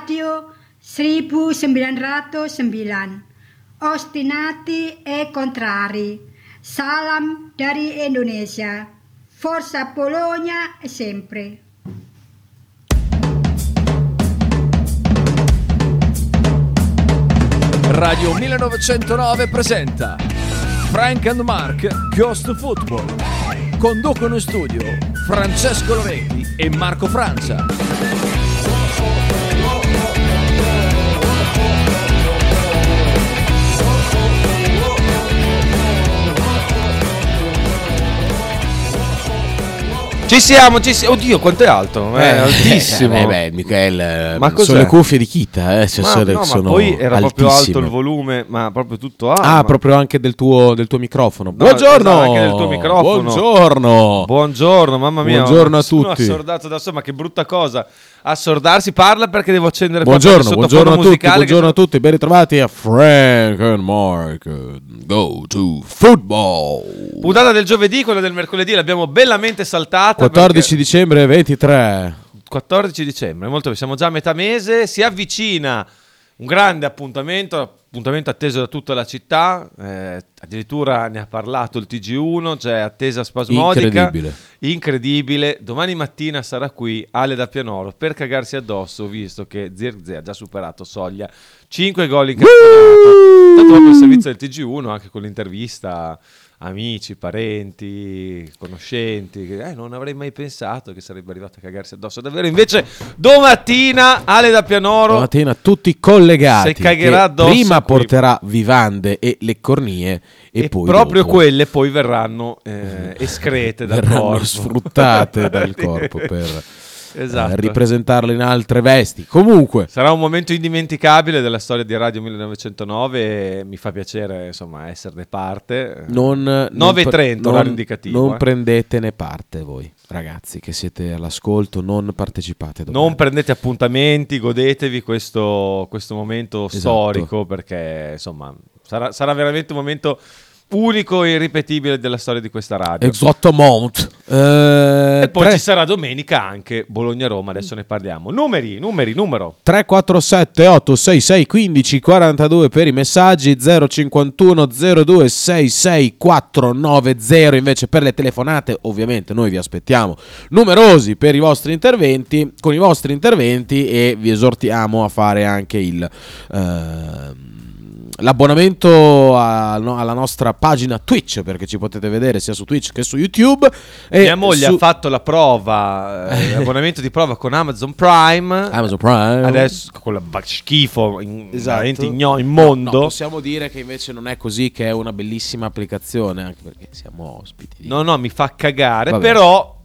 Radio 1909. Ostinati e contrari. Salam dari Indonesia. Forza Polonia e sempre. Radio 1909 presenta Frank and Mark Ghost Football. Conducono in studio Francesco Loretti e Marco Francia. Ci siamo. Oddio, quanto è alto? È altissimo. Michele, ma sono le cuffie di Kita, sono poi era proprio alto altissime. il volume, ma proprio tutto alto. Ah, proprio anche del tuo microfono. No, Buongiorno! esatto, anche del tuo microfono. Buongiorno, mamma mia. Buongiorno a Sono tutti. assordato da solo, ma che brutta cosa. Assordarsi, parla perché devo accendere Buongiorno il a sottofondo tutti, musicale. buongiorno a tutti, ben ritrovati a Frank and Mark Go to Football. Puntata del giovedì, quella del mercoledì l'abbiamo bellamente saltata. 14 dicembre 23. 14 dicembre, molto bene, siamo già a metà mese, si avvicina un grande appuntamento atteso da tutta la città, addirittura ne ha parlato il TG1, c'è attesa spasmodica, incredibile. Domani mattina sarà qui Ale da Pianoro per cagarsi addosso, visto che Zirkzee ha già superato soglia 5 gol in campionato. Tanto proprio il servizio del TG1 anche con l'intervista amici, parenti, conoscenti, che non avrei mai pensato che sarebbe arrivato a cagarsi addosso davvero. Invece domattina Ale da Pianoro, Domattina tutti collegati, si cagherà addosso prima qui. porterà vivande e le cornie e poi proprio dopo quelle poi verranno escrete dal verranno corpo, sfruttate dal corpo per esatto. ripresentarle in altre vesti. Comunque sarà un momento indimenticabile della storia di Radio 1909 e mi fa piacere insomma esserne parte. 9:30 orario indicativo. Non prendetene parte voi ragazzi che siete all'ascolto, non partecipate domani. Non prendete appuntamenti, godetevi questo momento storico, perché insomma sarà veramente un momento unico e irripetibile della storia di questa radio. Esattamente. E poi ci sarà domenica anche Bologna-Roma, adesso ne parliamo. Numero 347 866 15 42 per i messaggi, 051 02 66 490 invece per le telefonate. Ovviamente noi vi aspettiamo numerosi per i vostri interventi, con i vostri interventi, e vi esortiamo a fare anche l'abbonamento alla nostra pagina Twitch, perché ci potete vedere sia su Twitch che su YouTube. E mia moglie ha fatto la prova, l'abbonamento di prova con Amazon Prime. Adesso con la schifo veramente immondo. No, possiamo dire che invece non è così, che è una bellissima applicazione, anche perché siamo ospiti. No, mi fa cagare. Vabbè. Però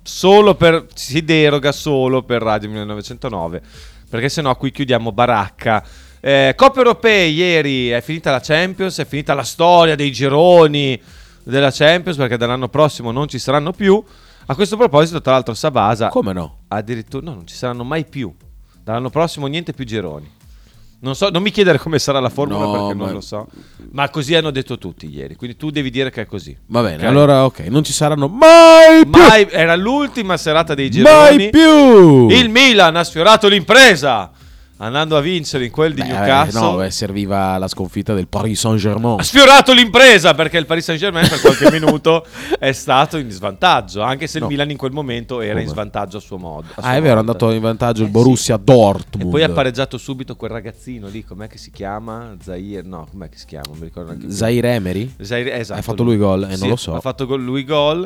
si deroga solo per Radio 1909, perché sennò qui chiudiamo baracca. Coppe europee, ieri è finita la Champions, è finita la storia dei gironi della Champions, perché dall'anno prossimo non ci saranno più. A questo proposito, tra l'altro, Sabasa, come no? Addirittura non ci saranno mai più. Dall'anno prossimo niente più gironi. Non so, non mi chiedere come sarà la formula, perché non lo so. Ma così hanno detto tutti ieri, quindi tu devi dire che è così. Va bene, okay? allora ok, non ci saranno mai più. Era l'ultima serata dei gironi. Mai più. Il Milan ha sfiorato l'impresa andando a vincere in quel di Newcastle. Serviva la sconfitta del Paris Saint-Germain. Ha sfiorato l'impresa, perché il Paris Saint-Germain per qualche minuto è stato in svantaggio, anche se il Milan in quel momento era in svantaggio a suo modo. È vero, è andato in vantaggio il Borussia Dortmund. E poi ha pareggiato subito quel ragazzino lì, com'è che si chiama? Zaire, no, com'è che si chiama? Non mi ricordo neanche. Zaire Emery? Esatto. Ha fatto lui gol, sì, non lo so. Ha fatto lui gol.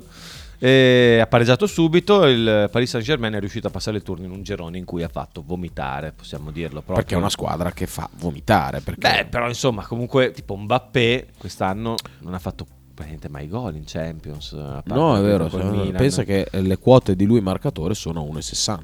Ha pareggiato subito. Il Paris Saint-Germain è riuscito a passare il turno in un girone in cui ha fatto vomitare, possiamo dirlo proprio. Perché è una squadra che fa vomitare. Perché... però insomma, comunque tipo Mbappé quest'anno non ha fatto praticamente mai gol in Champions. No, è vero, pensa che le quote di lui marcatore sono 1,60.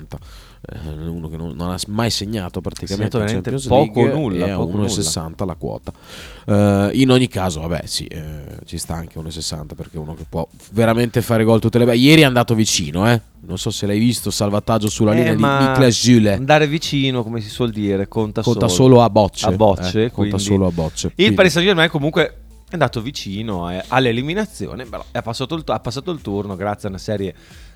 Uno che non ha mai segnato praticamente in Champions poco League, nulla, è 1,60 la quota. In ogni caso, vabbè, sì, ci sta anche 1,60, perché uno che può veramente fare gol tutte le ieri è andato vicino, non so se l'hai visto, salvataggio sulla linea di Niklas Süle. Andare vicino, come si suol dire, conta solo a bocce. Conta solo a bocce. Il Paris Saint-Germain comunque è andato vicino all'eliminazione, però ha passato il turno grazie a una serie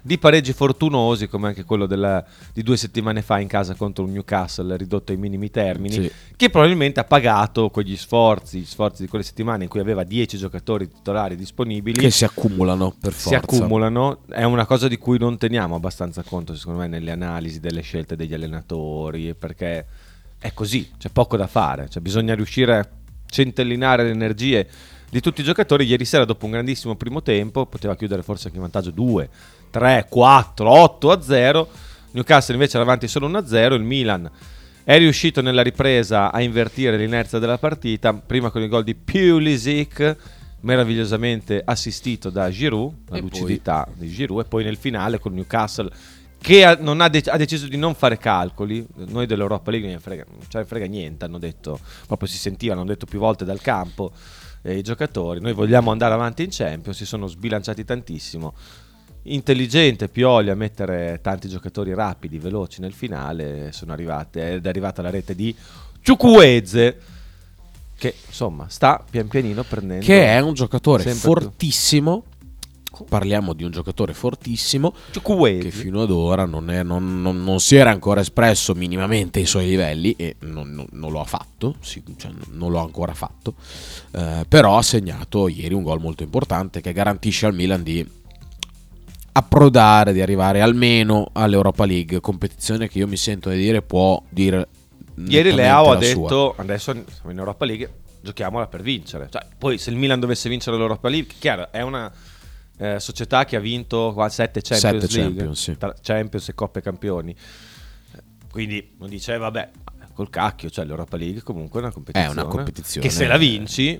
di pareggi fortunosi, come anche quello di 2 settimane fa in casa contro un Newcastle ridotto ai minimi termini, Sì. che probabilmente ha pagato quegli sforzi di quelle settimane in cui aveva 10 giocatori titolari disponibili, Che si accumulano per si forza. accumulano. È una cosa di cui non teniamo abbastanza conto, secondo me, nelle analisi delle scelte degli allenatori, perché è così, c'è poco da fare, cioè bisogna riuscire a centellinare le energie di tutti i giocatori. Ieri sera, dopo un grandissimo primo tempo, poteva chiudere forse anche in vantaggio 2, 3, 4, 8-0. Newcastle invece era avanti solo 1-0. Il Milan è riuscito nella ripresa a invertire l'inerzia della partita, prima con il gol di Pulisic, meravigliosamente assistito da Giroud, la E lucidità di Giroud, e poi nel finale con Newcastle che ha deciso di non fare calcoli. Noi dell'Europa League non ce ne frega niente, hanno detto, proprio si sentivano, hanno detto più volte dal campo i giocatori, noi vogliamo andare avanti in Champions. Si sono sbilanciati tantissimo. Intelligente Pioli a mettere tanti giocatori rapidi, veloci nel finale, ed è arrivata la rete di Chukwueze, che insomma sta pian pianino prendendo, Che è un giocatore sempre fortissimo. Parliamo di un giocatore fortissimo Chukwueze. che fino ad ora non si era ancora espresso minimamente ai suoi livelli, e non lo ha fatto, sì, cioè non lo ha ancora fatto, però ha segnato ieri un gol molto importante che garantisce al Milan di approdare, di arrivare almeno all'Europa League, competizione che io mi sento di dire può dire Ieri nettamente Leao ha la sua. detto: adesso siamo in Europa League, giochiamola per vincere. Cioè, poi se il Milan dovesse vincere l'Europa League, chiaro, è una società che ha vinto 7 Champions League, Champions, sì. tra Champions e Coppe Campioni, quindi non dice vabbè, col cacchio, cioè l'Europa League comunque è una competizione, È una competizione che se la vinci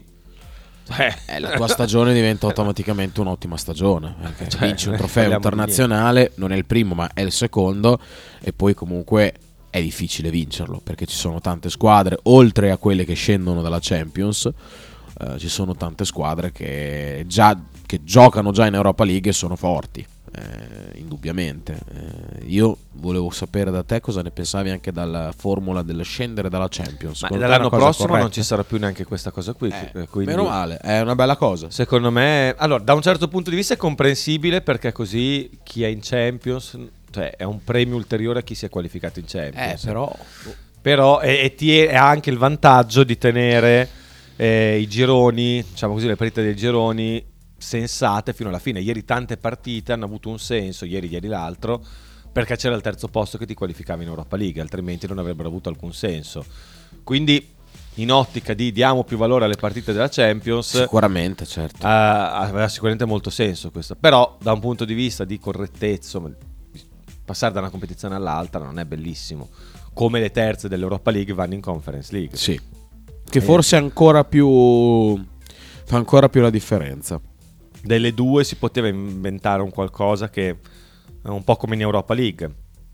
la tua stagione diventa automaticamente un'ottima stagione, perché Cioè, vinci un non trofeo parliamo di internazionale, non è il primo ma è il secondo, e poi comunque è difficile vincerlo perché ci sono tante squadre, oltre a quelle che scendono dalla Champions, ci sono tante squadre che giocano già in Europa League e sono forti, indubbiamente. Io volevo sapere da te cosa ne pensavi anche dalla formula del scendere dalla Champions. ma Secondo te è dall'anno una cosa prossimo non corretta? ci sarà più neanche questa cosa qui, quindi Meno male, è una bella cosa. secondo me, allora, da un certo punto di vista è comprensibile, perché così chi è in Champions, cioè è un premio ulteriore a chi si è qualificato in Champions. Però ha anche il vantaggio di tenere i gironi, diciamo così, le partite dei gironi sensate fino alla fine. Ieri tante partite hanno avuto un senso, ieri l'altro, perché c'era il terzo posto che ti qualificava in Europa League, altrimenti non avrebbero avuto alcun senso. Quindi in ottica di diamo più valore alle partite della Champions, Sicuramente, certo. aveva sicuramente molto senso questo. Però da un punto di vista di correttezza, passare da una competizione all'altra non è bellissimo, come le terze dell'Europa League vanno in Conference League. Sì. Che forse è ancora più fa ancora più la differenza. Delle due si poteva inventare un qualcosa che è un po' come in Europa League,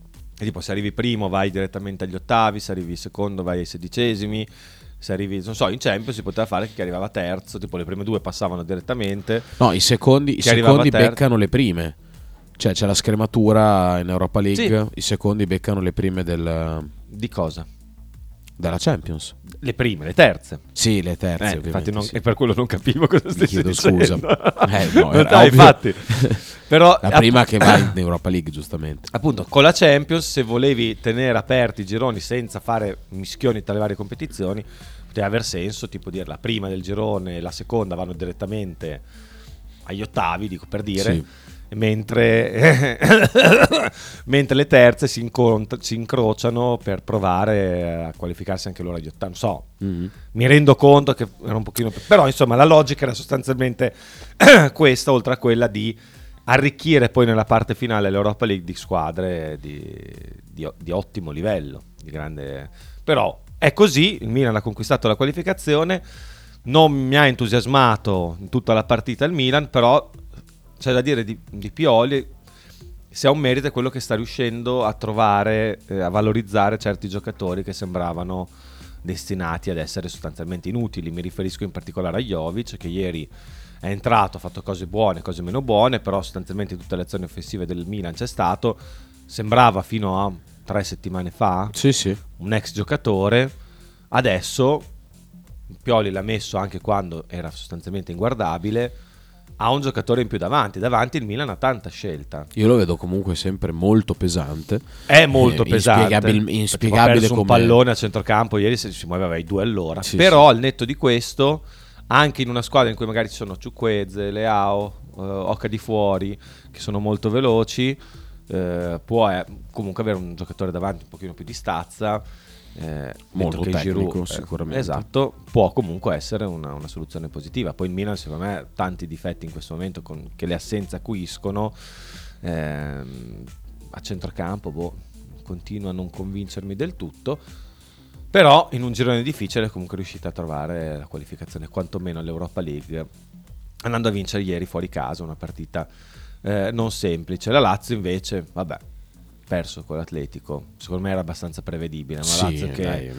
e tipo se arrivi primo vai direttamente agli ottavi, se arrivi secondo vai ai 16esimi, se arrivi, non so, in Champions si poteva fare che chi arrivava terzo, tipo le prime due passavano direttamente. No, i secondi arrivava terzo. beccano le prime. Cioè c'è la scrematura in Europa League, Sì. i secondi beccano le prime Di cosa? della Champions. Le prime, le terze. Sì, le terze, Infatti ovviamente. e per quello non capivo cosa Mi stessi chiedo dicendo. scusa. No, Non era dai, ovvio. infatti. Però La prima che va in Europa League, giustamente. appunto con la Champions, se volevi tenere aperti i gironi senza fare mischioni tra le varie competizioni, poteva aver senso tipo dire la prima del girone e la seconda vanno direttamente agli ottavi, dico per dire. Sì. Mentre le terze si incrociano per provare a qualificarsi anche loro agli ottavi. Non so, mi rendo conto che era un pochino più... Però insomma la logica era sostanzialmente questa, oltre a quella di arricchire poi nella parte finale l'Europa League di squadre di ottimo livello, di grande... Però è così, il Milan ha conquistato la qualificazione, non mi ha entusiasmato in tutta la partita il Milan, però c'è da dire di Pioli, se ha un merito è quello che sta riuscendo a trovare, a valorizzare certi giocatori che sembravano destinati ad essere sostanzialmente inutili. Mi riferisco in particolare a Jovic, che ieri è entrato, ha fatto cose buone, cose meno buone, però sostanzialmente in tutte le azioni offensive del Milan c'è stato. Sembrava fino a 3 settimane fa Sì. un ex giocatore. Adesso Pioli l'ha messo anche quando era sostanzialmente inguardabile. ha un giocatore in più davanti il Milan ha tanta scelta. Io lo vedo comunque sempre molto pesante. È molto pesante, inspiegabile come un pallone a centrocampo ieri, se si muoveva ai 2 all'ora. Sì, però al netto di questo, anche in una squadra in cui magari ci sono Chukwueze, Leao, Oca di fuori, che sono molto veloci, può comunque avere un giocatore davanti un pochino più di stazza, molto che tecnico, Giroud, sicuramente. esatto, può comunque essere una soluzione positiva. Poi il Milan secondo me ha tanti difetti in questo momento che le assenze acuiscono, a centrocampo continua a non convincermi del tutto, però in un girone difficile è comunque riuscita a trovare la qualificazione quantomeno all'Europa League, andando a vincere ieri fuori casa una partita non semplice. La Lazio invece, vabbè, perso con l'Atletico, secondo me era abbastanza prevedibile, ma Lazio che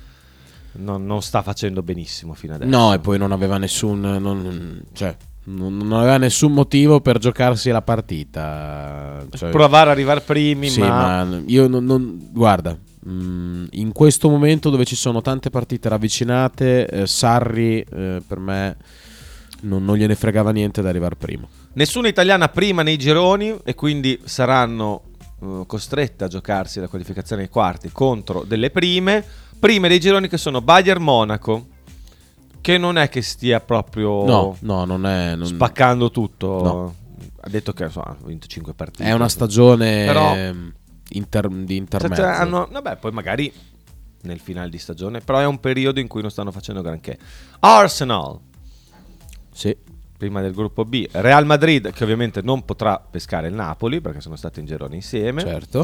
non sta facendo benissimo fino adesso. No, e poi non aveva non aveva nessun motivo per giocarsi la partita, provare ad arrivare primi, sì, ma io guarda, in questo momento dove ci sono tante partite ravvicinate, Sarri per me non gliene fregava niente da arrivare primo. Nessuna italiana prima nei gironi e quindi saranno costrette a giocarsi la qualificazione ai quarti contro delle prime dei gironi, che sono Bayern Monaco, che non è che stia proprio non spaccando tutto. No. Ha detto che ha vinto 5 partite. È una stagione però di intermezzo. Vabbè, poi magari nel finale di stagione, però è un periodo in cui non stanno facendo granché. Arsenal, sì, prima del gruppo B. Real Madrid, che ovviamente non potrà pescare il Napoli perché sono stati in girone insieme. Certo.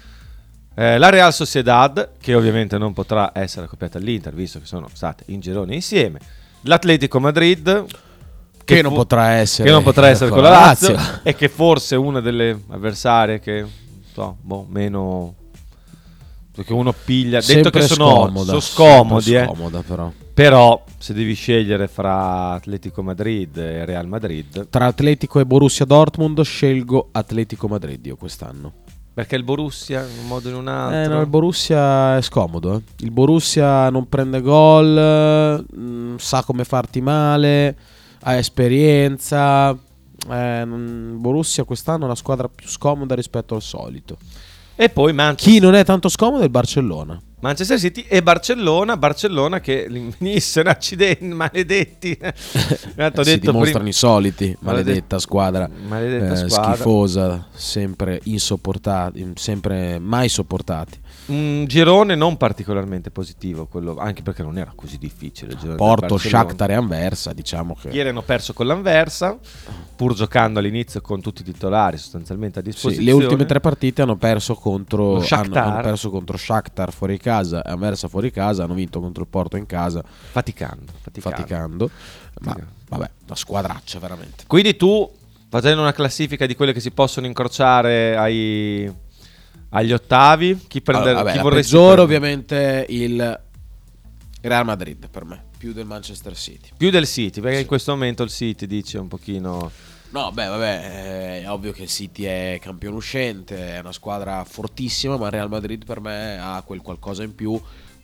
La Real Sociedad, che ovviamente non potrà essere accoppiata all'Inter visto che sono state in girone insieme. L'Atletico Madrid, che non potrà essere con la Lazio, e che forse è una delle avversarie che meno, perché uno piglia, detto che sono scomodi, scomoda, però se devi scegliere fra Atletico Madrid e Real Madrid, tra Atletico e Borussia Dortmund scelgo Atletico Madrid io quest'anno. Perché il Borussia in un modo o in un altro? No, il Borussia è scomodo. Il Borussia non prende gol, sa come farti male, ha esperienza. Borussia quest'anno è una squadra più scomoda rispetto al solito. E poi chi non è tanto scomodo è il Barcellona. Manchester City e Barcellona che venissero accidenti maledetti. Si dimostrano i soliti, maledetta squadra schifosa, sempre insopportati, sempre mai sopportati. Un girone non particolarmente positivo quello, anche perché non era così difficile il girone. Porto, Shakhtar e Anversa, diciamo che ieri hanno perso con l'Anversa, pur giocando all'inizio con tutti i titolari sostanzialmente a disposizione. Le ultime 3 partite hanno perso contro Shakhtar. Hanno perso contro Shakhtar fuori casa e Anversa fuori casa, hanno vinto contro il Porto in casa faticando. Ma vabbè, una squadraccia veramente. Quindi tu, facendo una classifica di quelle che si possono incrociare agli ottavi, chi vorresti peggiore ovviamente il Real Madrid per me, più del Manchester City. Più del City, perché in questo momento il City dice un pochino... No, è ovvio che il City è campione uscente, è una squadra fortissima, ma il Real Madrid per me ha quel qualcosa in più,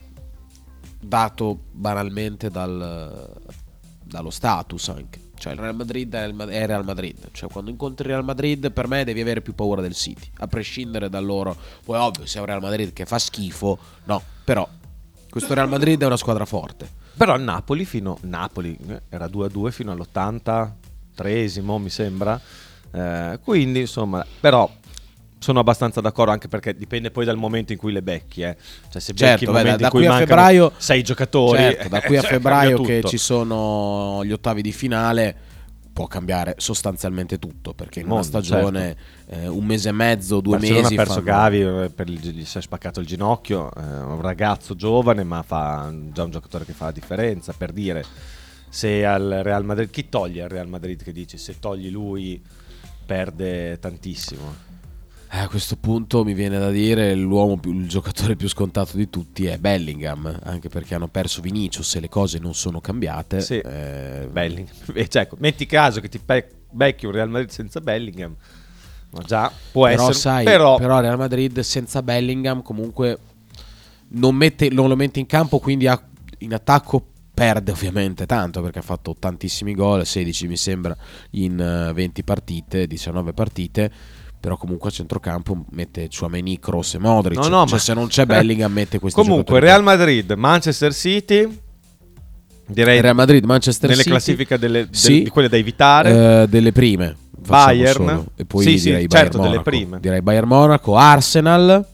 dato banalmente dallo status anche. Cioè il Real Madrid è Real Madrid. Cioè quando incontri il Real Madrid per me devi avere più paura del City, a prescindere da loro. Poi ovvio, se è un Real Madrid che fa schifo, no. Però questo Real Madrid è una squadra forte. Però il Napoli era 2-2 fino all'83esimo mi sembra, quindi insomma, però sono abbastanza d'accordo, anche perché dipende poi dal momento in cui le becchi, Cioè se becchi il momento in cui mancano febbraio, 6 giocatori, certo, da qui a febbraio che ci sono gli ottavi di finale, può cambiare sostanzialmente tutto, perché in una stagione, un mese e mezzo, 2 Barcellona mesi ha perso Gavi, gli si è spaccato il ginocchio, un ragazzo giovane ma fa già un giocatore che fa la differenza. Per dire, se al Real Madrid, chi toglie al Real Madrid, che dici se togli lui perde tantissimo? A questo punto mi viene da dire il giocatore più scontato di tutti è Bellingham, anche perché hanno perso Vinicius e le cose non sono cambiate. Sì, Bellingham. Cioè, metti caso che ti becchi un Real Madrid senza Bellingham, ma già può essere. Però Real Madrid senza Bellingham comunque non lo mette in campo, quindi in attacco perde ovviamente tanto perché ha fatto tantissimi gol, 16 mi sembra in 20 partite, 19 partite, però comunque a centrocampo mette Tchouaméni, Kroos e Modric. No, cioè ma- se non c'è Bellingham mette questi Comunque giocatori. Real Madrid, Manchester City, direi Real Madrid, Manchester nelle City, classifiche sì, di quelle da evitare. delle prime facciamo Bayern. solo. E poi Sì, sì, direi certo, Bayern delle Monaco. prime. Direi Bayern Monaco, Arsenal,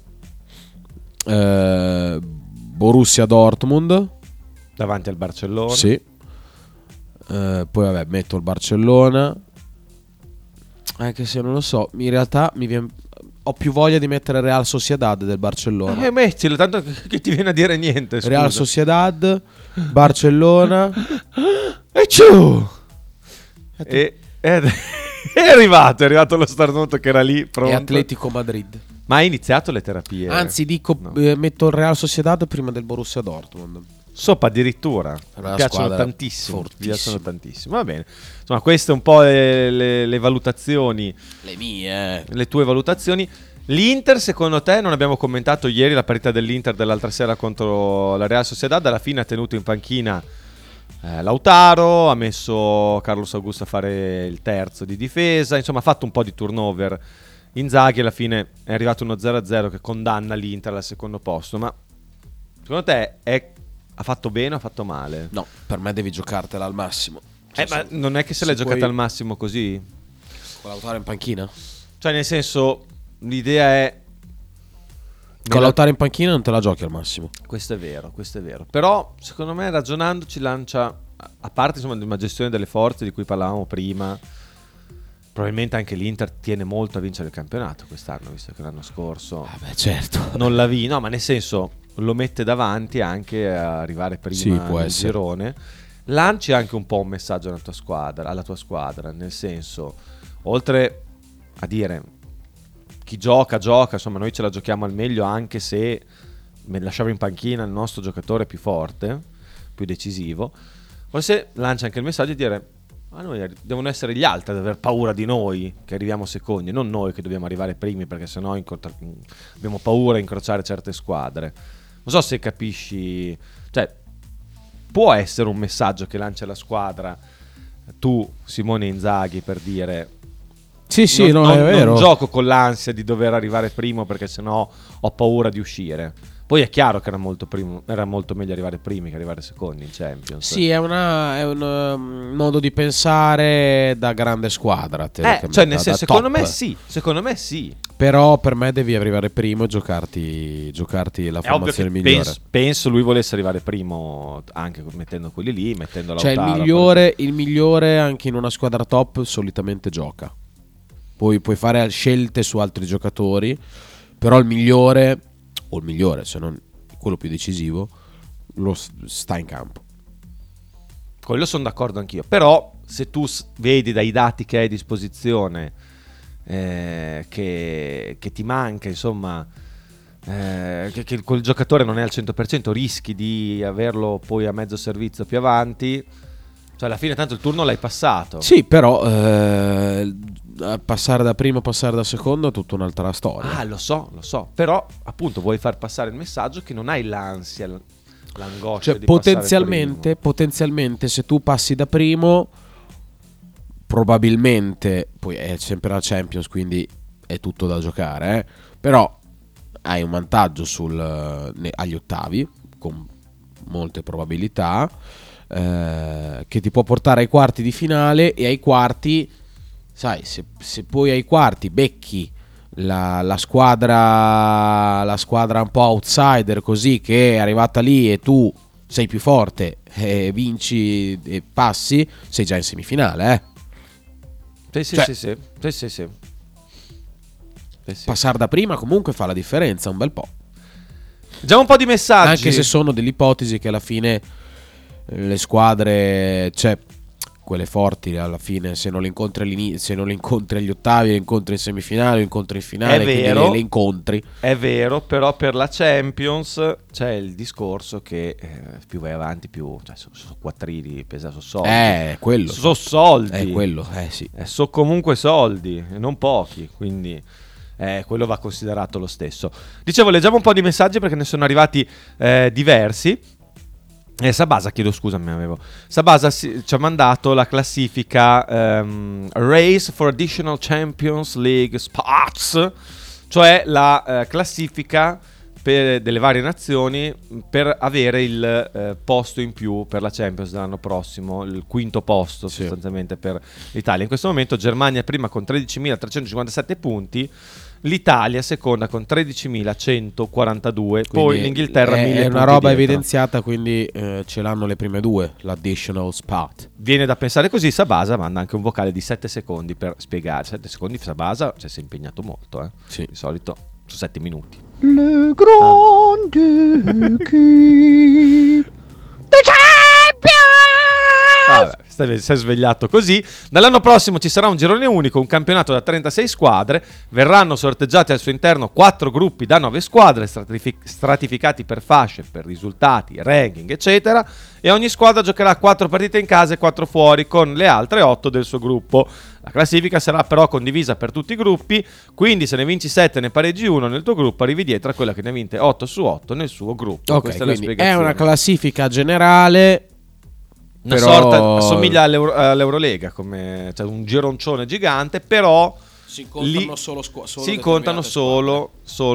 Borussia Dortmund, Davanti al Barcellona. sì. Poi vabbè, metto il Barcellona, anche se non lo so, in realtà ho più voglia di mettere Real Sociedad del Barcellona. Mettilo, tanto che ti viene a dire niente. Scusa. Real Sociedad, Barcellona. E ciù! È arrivato lo starnuto che era lì pronto. E Atletico Madrid. Ma hai iniziato le terapie? Anzi, dico, No. metto il Real Sociedad prima del Borussia Dortmund. Sopra addirittura. Una Mi piacciono squadra tantissimo. Mi fortissima. piacciono tantissimo. Va bene. Insomma, queste un po' le valutazioni, Le mie. le tue valutazioni. L'Inter, secondo te, non abbiamo commentato ieri la parità dell'Inter dell'altra sera contro la Real Sociedad, alla fine ha tenuto in panchina Lautaro, ha messo Carlos Augusto a fare il terzo di difesa, insomma ha fatto un po' di turnover. Inzaghi alla fine è arrivato uno 0-0 che condanna l'Inter al secondo posto, ma secondo te ha fatto bene o ha fatto male? No, per me devi giocartela al massimo. Cioè, Ma non è che se se l'hai giocata puoi- al massimo così? Con Lautaro in panchina? Cioè nel senso, l'idea è... Con Lautaro in panchina non te la giochi al massimo. Questo è vero. Però, secondo me, ragionandoci, lancia, a parte insomma di una gestione delle forze di cui parlavamo prima, probabilmente anche l'Inter tiene molto a vincere il campionato quest'anno, visto che l'anno scorso Vabbè, certo. non la vi. No, ma nel senso, lo mette davanti anche a arrivare prima Sì, può nel essere. girone. Lanci anche un po' un messaggio alla tua squadra, nel senso, oltre a dire chi gioca, insomma noi ce la giochiamo al meglio anche se lasciamo in panchina il nostro giocatore più forte, più decisivo. Forse lancia anche il messaggio di dire a noi devono essere gli altri ad aver paura di noi che arriviamo secondi, non noi che dobbiamo arrivare primi perché sennò abbiamo paura di incrociare certe squadre. Non so se capisci, cioè può essere un messaggio che lancia la squadra, tu Simone Inzaghi, per dire Sì, sì, no, è vero. non gioco con l'ansia di dover arrivare primo perché sennò ho paura di uscire. Poi è chiaro che era molto meglio arrivare primi che arrivare secondi in Champions. Sì, è un modo di pensare da grande squadra. Cioè nel senso, secondo top. me sì. Però per me devi arrivare primo e giocarti la È ovvio che formazione migliore. penso lui volesse arrivare primo anche mettendo quelli lì, mettendo Cioè Lautaro. il migliore anche in una squadra top solitamente gioca. Poi puoi fare scelte su altri giocatori, però il migliore, o il migliore se non quello più decisivo, sta in campo. Quello sono d'accordo anch'io. Però se tu vedi dai dati che hai a disposizione che ti manca, insomma, che quel giocatore non è al 100%, rischi di averlo poi a mezzo servizio più avanti. Cioè alla fine tanto il turno l'hai passato. Sì, però passare da primo, passare da secondo è tutta un'altra storia. Ah, lo so. Però appunto vuoi far passare il messaggio che non hai l'ansia, l'angoscia Cioè di passare primo. potenzialmente se tu passi da primo, probabilmente, poi è sempre la Champions, quindi è tutto da giocare, però hai un vantaggio agli ottavi con molte probabilità, che ti può portare ai quarti di finale, e ai quarti, sai, se poi ai quarti becchi la squadra un po' outsider, così, che è arrivata lì e tu sei più forte e vinci e passi, sei già in semifinale, Sì. Passare da prima comunque fa la differenza un bel po', Già un po' di messaggi. anche se sono delle ipotesi che alla fine le squadre, cioè quelle forti, alla fine se non le incontri se non le incontri agli ottavi, le incontri in semifinale, le incontri in finale, È quindi vero. le incontri. È vero, però per la Champions c'è il discorso che più vai avanti più, cioè sono quattrini, sono soldi. Quello. Sono soldi. Quello, sì. Sono comunque soldi, e non pochi, quindi quello va considerato lo stesso. Dicevo, leggiamo un po' di messaggi perché ne sono arrivati diversi. Sabasa, chiedo scusa, Sabasa ci ha mandato la classifica Race for Additional Champions League Spots, cioè la classifica delle varie nazioni per avere il posto in più per la Champions dell'anno prossimo, il quinto posto sostanzialmente per l'Italia. In questo momento Germania è prima con 13.357 punti, l'Italia seconda con 13.142, poi l'Inghilterra 1.000 punti. È una roba dietro. evidenziata, quindi ce l'hanno le prime due, l'additional spot. Viene da pensare così. Sabasa manda anche un vocale di 7 secondi per spiegare. 7 secondi Sabasa, cioè, si è impegnato molto, Sì. Di solito su 7 minuti. Le grande équipe de Champions! Vabbè, si è svegliato così. Dall'anno prossimo ci sarà un girone unico, un campionato da 36 squadre. Verranno sorteggiati al suo interno 4 gruppi da 9 squadre, stratificati per fasce, per risultati, ranking, eccetera. E ogni squadra giocherà 4 partite in casa e 4 fuori, con le altre 8 del suo gruppo. La classifica sarà però condivisa per tutti i gruppi, quindi se ne vinci 7 ne pareggi 1 nel tuo gruppo, arrivi dietro a quella che ne ha vinte 8 su 8 nel suo gruppo. Ok, Questa è la quindi è spiegazione. una classifica generale. Una però sorta, assomiglia all'Eurolega, come, cioè un gironcione gigante, però si contano si contano solo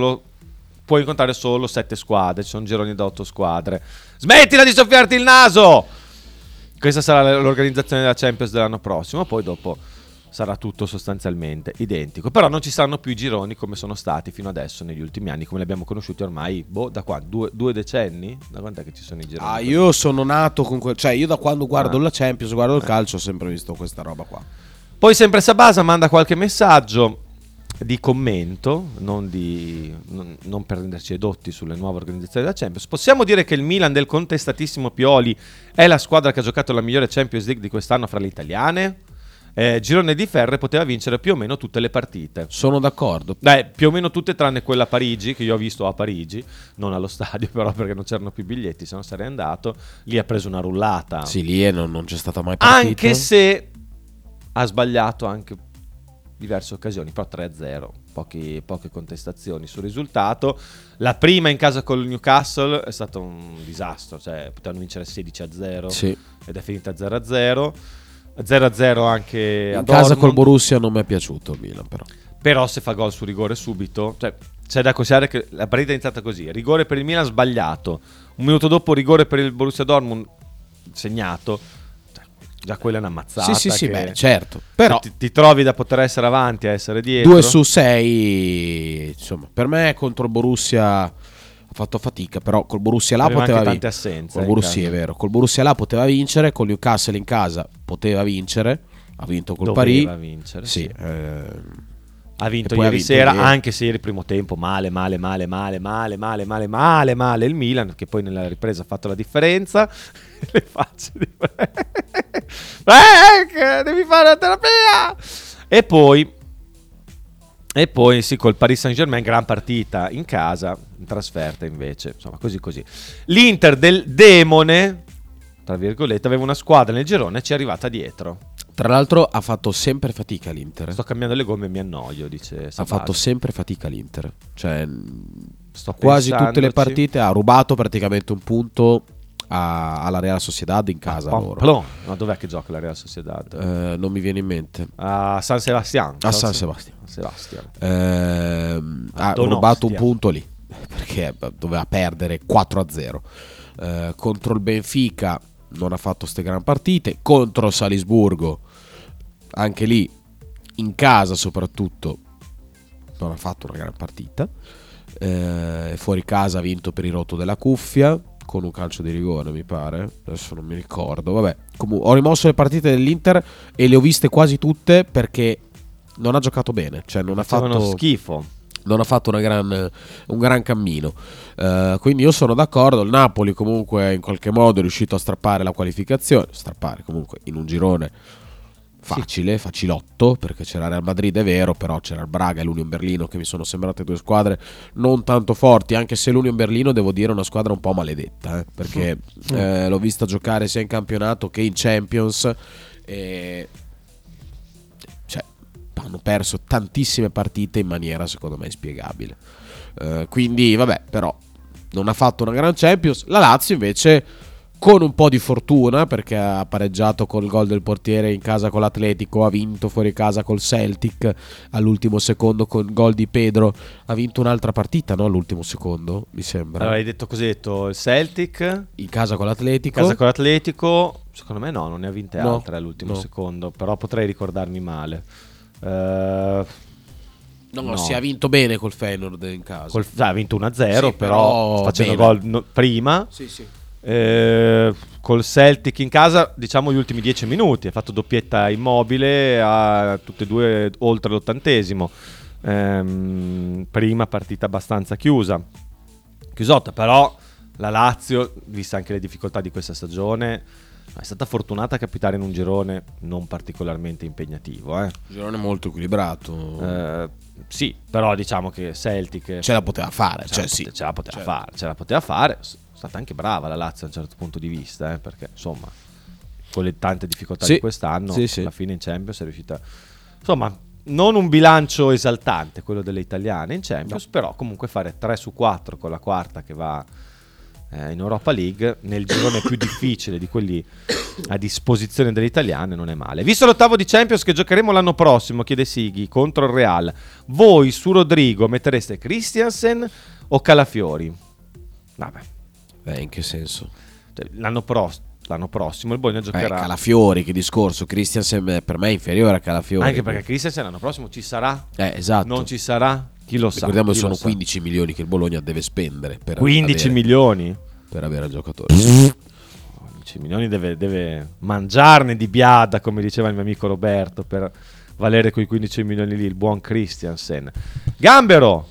puoi incontrare solo 7 squadre, ci sono gironi da 8 squadre. Smettila di soffiarti il naso! Questa sarà l'organizzazione della Champions dell'anno prossimo, poi dopo sarà tutto sostanzialmente identico, però non ci saranno più i gironi come sono stati fino adesso negli ultimi anni, come li abbiamo conosciuti ormai da quando? Due decenni? Da quant'è che ci sono i gironi? Io sono nato con cioè io da quando guardo la Champions, guardo il calcio, ho sempre visto questa roba qua. Poi sempre Sabasa manda qualche messaggio di commento, non per renderci edotti sulle nuove organizzazioni della Champions. Possiamo dire che il Milan del contestatissimo Pioli è la squadra che ha giocato la migliore Champions League di quest'anno fra le italiane? Girone di ferro, poteva vincere più o meno tutte le partite. Sono d'accordo. Più o meno tutte tranne quella a Parigi, che io ho visto a Parigi, non allo stadio però perché non c'erano più biglietti, se no sarei andato. Lì ha preso una rullata. Sì, lì non c'è stata mai partita. Anche se ha sbagliato anche diverse occasioni, però 3-0, poche contestazioni sul risultato. La prima in casa col Newcastle è stato un disastro, cioè potevano vincere 16-0 sì, ed è finita 0-0. 0-0 anche a in casa Dortmund. col Borussia non mi è piaciuto il Milan, però se fa gol su rigore subito, cioè c'è da considerare che la partita è iniziata così: rigore per il Milan sbagliato, un minuto dopo rigore per il Borussia Dortmund segnato, cioè, già quella è un'ammazzata. Sì, beh, certo, però ti trovi da poter essere avanti a essere dietro. 2 su 6, insomma, per me contro il Borussia ha fatto fatica, però col Borussia là Aveva poteva anche tante vincere. assenze. Col Borussia è vero, col Borussia là poteva vincere, con Newcastle in casa poteva vincere, ha vinto col Doveva Paris. vincere, Sì, ha vinto e poi ieri ha vinto sera, ieri. anche se ieri primo tempo male il Milan, che poi nella ripresa ha fatto la differenza. Le facce di devi fare la terapia. E poi sì, col Paris Saint-Germain, gran partita in casa, in trasferta invece, insomma, così. L'Inter del demone, tra virgolette, aveva una squadra nel girone e ci è arrivata dietro. Tra l'altro ha fatto sempre fatica l'Inter. Sto cambiando le gomme e mi annoio, dice Sabasa. Ha fatto sempre fatica l'Inter. Cioè, Sto quasi tutte le pensandoci. partite ha rubato praticamente un punto alla Real Sociedad in casa loro. Pamplona. No, dov'è che gioca la Real Sociedad? Non mi viene in mente. A San Sebastian. A San Sebastian. Ha Donostia. rubato un punto lì perché doveva perdere 4-0. Contro il Benfica non ha fatto ste gran partite. Contro Salisburgo, anche lì in casa soprattutto, non ha fatto una gran partita. Fuori casa ha vinto per il rotto della cuffia con un calcio di rigore, mi pare, adesso non mi ricordo. Vabbè, comunque ho rimosso le partite dell'Inter e le ho viste quasi tutte perché non ha giocato bene, cioè non ha fatto schifo. Non ha fatto un gran cammino. Quindi io sono d'accordo. Il Napoli comunque in qualche modo è riuscito a strappare la qualificazione. Strappare comunque in un girone facile, facilotto, perché c'era Real Madrid, è vero, però c'era il Braga e l'Union Berlino, che mi sono sembrate due squadre non tanto forti, anche se l'Union Berlino devo dire è una squadra un po' maledetta, perché l'ho vista giocare sia in campionato che in Champions e cioè hanno perso tantissime partite in maniera secondo me inspiegabile. Quindi vabbè, però non ha fatto una gran Champions. La Lazio invece con un po' di fortuna, perché ha pareggiato col gol del portiere in casa con l'Atletico, ha vinto fuori casa col Celtic all'ultimo secondo con il gol di Pedro, ha vinto un'altra partita, no? All'ultimo secondo, mi sembra. Allora, hai detto cos'hai detto? Il Celtic In casa con l'Atletico. Secondo me no, non ne ha vinte No, altre all'ultimo no. secondo, però potrei ricordarmi male. No, si è vinto bene col Feyenoord in casa. Ha vinto 1-0, Sì, però facendo bene. gol prima. Sì, sì. Col Celtic in casa, diciamo gli ultimi 10 minuti, ha fatto doppietta Immobile a tutte e due oltre l'80°. Prima partita abbastanza chiusotta, però la Lazio, vista anche le difficoltà di questa stagione, è stata fortunata a capitare in un girone non particolarmente impegnativo. Girone molto equilibrato. Sì, però diciamo che Celtic Ce la poteva fare, ce la poteva fare. È stata anche brava la Lazio a un certo punto di vista, perché insomma con le tante difficoltà Sì, di quest'anno sì. alla fine in Champions è riuscita, insomma, non un bilancio esaltante quello delle italiane in Champions, però comunque fare 3 su 4 con la quarta che va in Europa League nel girone più difficile di quelli a disposizione delle italiane non è male. Visto l'ottavo di Champions che giocheremo l'anno prossimo, chiede Sighi, contro il Real, voi su Rodrigo mettereste Christiansen o Calafiori? Vabbè, In che senso? cioè, l'anno prossimo il Bologna giocherà Calafiori, che discorso. Christiansen per me è inferiore a Calafiori. anche perché Christiansen l'anno prossimo ci sarà, esatto. non ci sarà, chi lo sa. Ricordiamo che chi lo sono sa. 15 milioni che il Bologna deve spendere per 15 avere, milioni per avere il giocatore. 15 milioni deve mangiarne di biada, come diceva il mio amico Roberto, per valere quei 15 milioni lì il buon Christiansen. Gambero,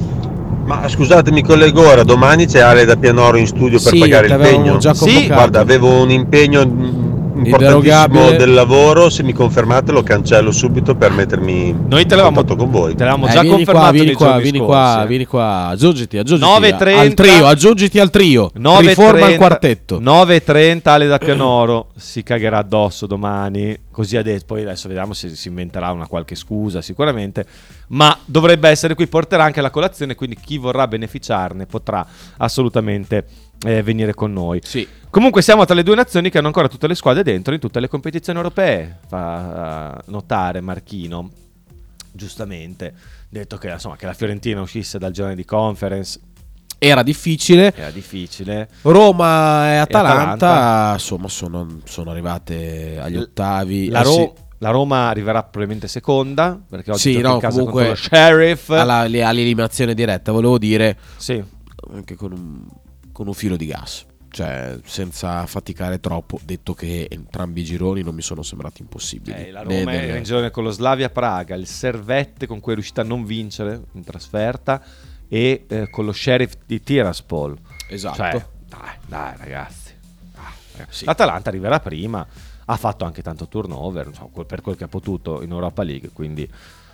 Ma scusatemi, collego ora, domani c'è Ale da Pianoro in studio per Sì, pagare t'avevamo l'impegno? già Sì, convocato. Guarda, avevo un impegno importantissimo Inderogabile. del lavoro, se mi confermate lo cancello subito per mettermi noi te in l'avevamo contatto con voi. Te l'avevamo già vieni confermato qua, vieni nei qua, giorni vieni scorsi, qua, vieni qua. Aggiungiti 9:30. al trio, aggiungiti al trio. 9:30, Riforma il quartetto. 9:30 Ale da Pianoro si cagherà addosso domani, così ha detto. Poi adesso vediamo se si inventerà una qualche scusa sicuramente, ma dovrebbe essere qui, porterà anche la colazione, quindi chi vorrà beneficiarne potrà assolutamente venire con noi. Sì. Comunque siamo tra le due nazioni che hanno ancora tutte le squadre dentro in tutte le competizioni europee, fa notare Marchino, giustamente, detto che insomma che la Fiorentina uscisse dal girone di Conference Era difficile. era difficile. Roma e Atalanta, Atalanta. insomma, sono arrivate agli ottavi. La Roma arriverà probabilmente seconda, perché oggi Sì, gioca no, in casa comunque contro lo Sheriff. all'eliminazione diretta, volevo dire, Sì. anche con un filo di gas, cioè senza faticare troppo, detto che entrambi i gironi non mi sono sembrati impossibili. La Roma era in girone con lo Slavia Praga, il Servette con cui è riuscita a non vincere in trasferta e con lo Sheriff di Tiraspol. Esatto. Cioè, dai ragazzi. Sì. L'Atalanta arriverà prima, ha fatto anche tanto turnover, insomma, per quel che ha potuto in Europa League, quindi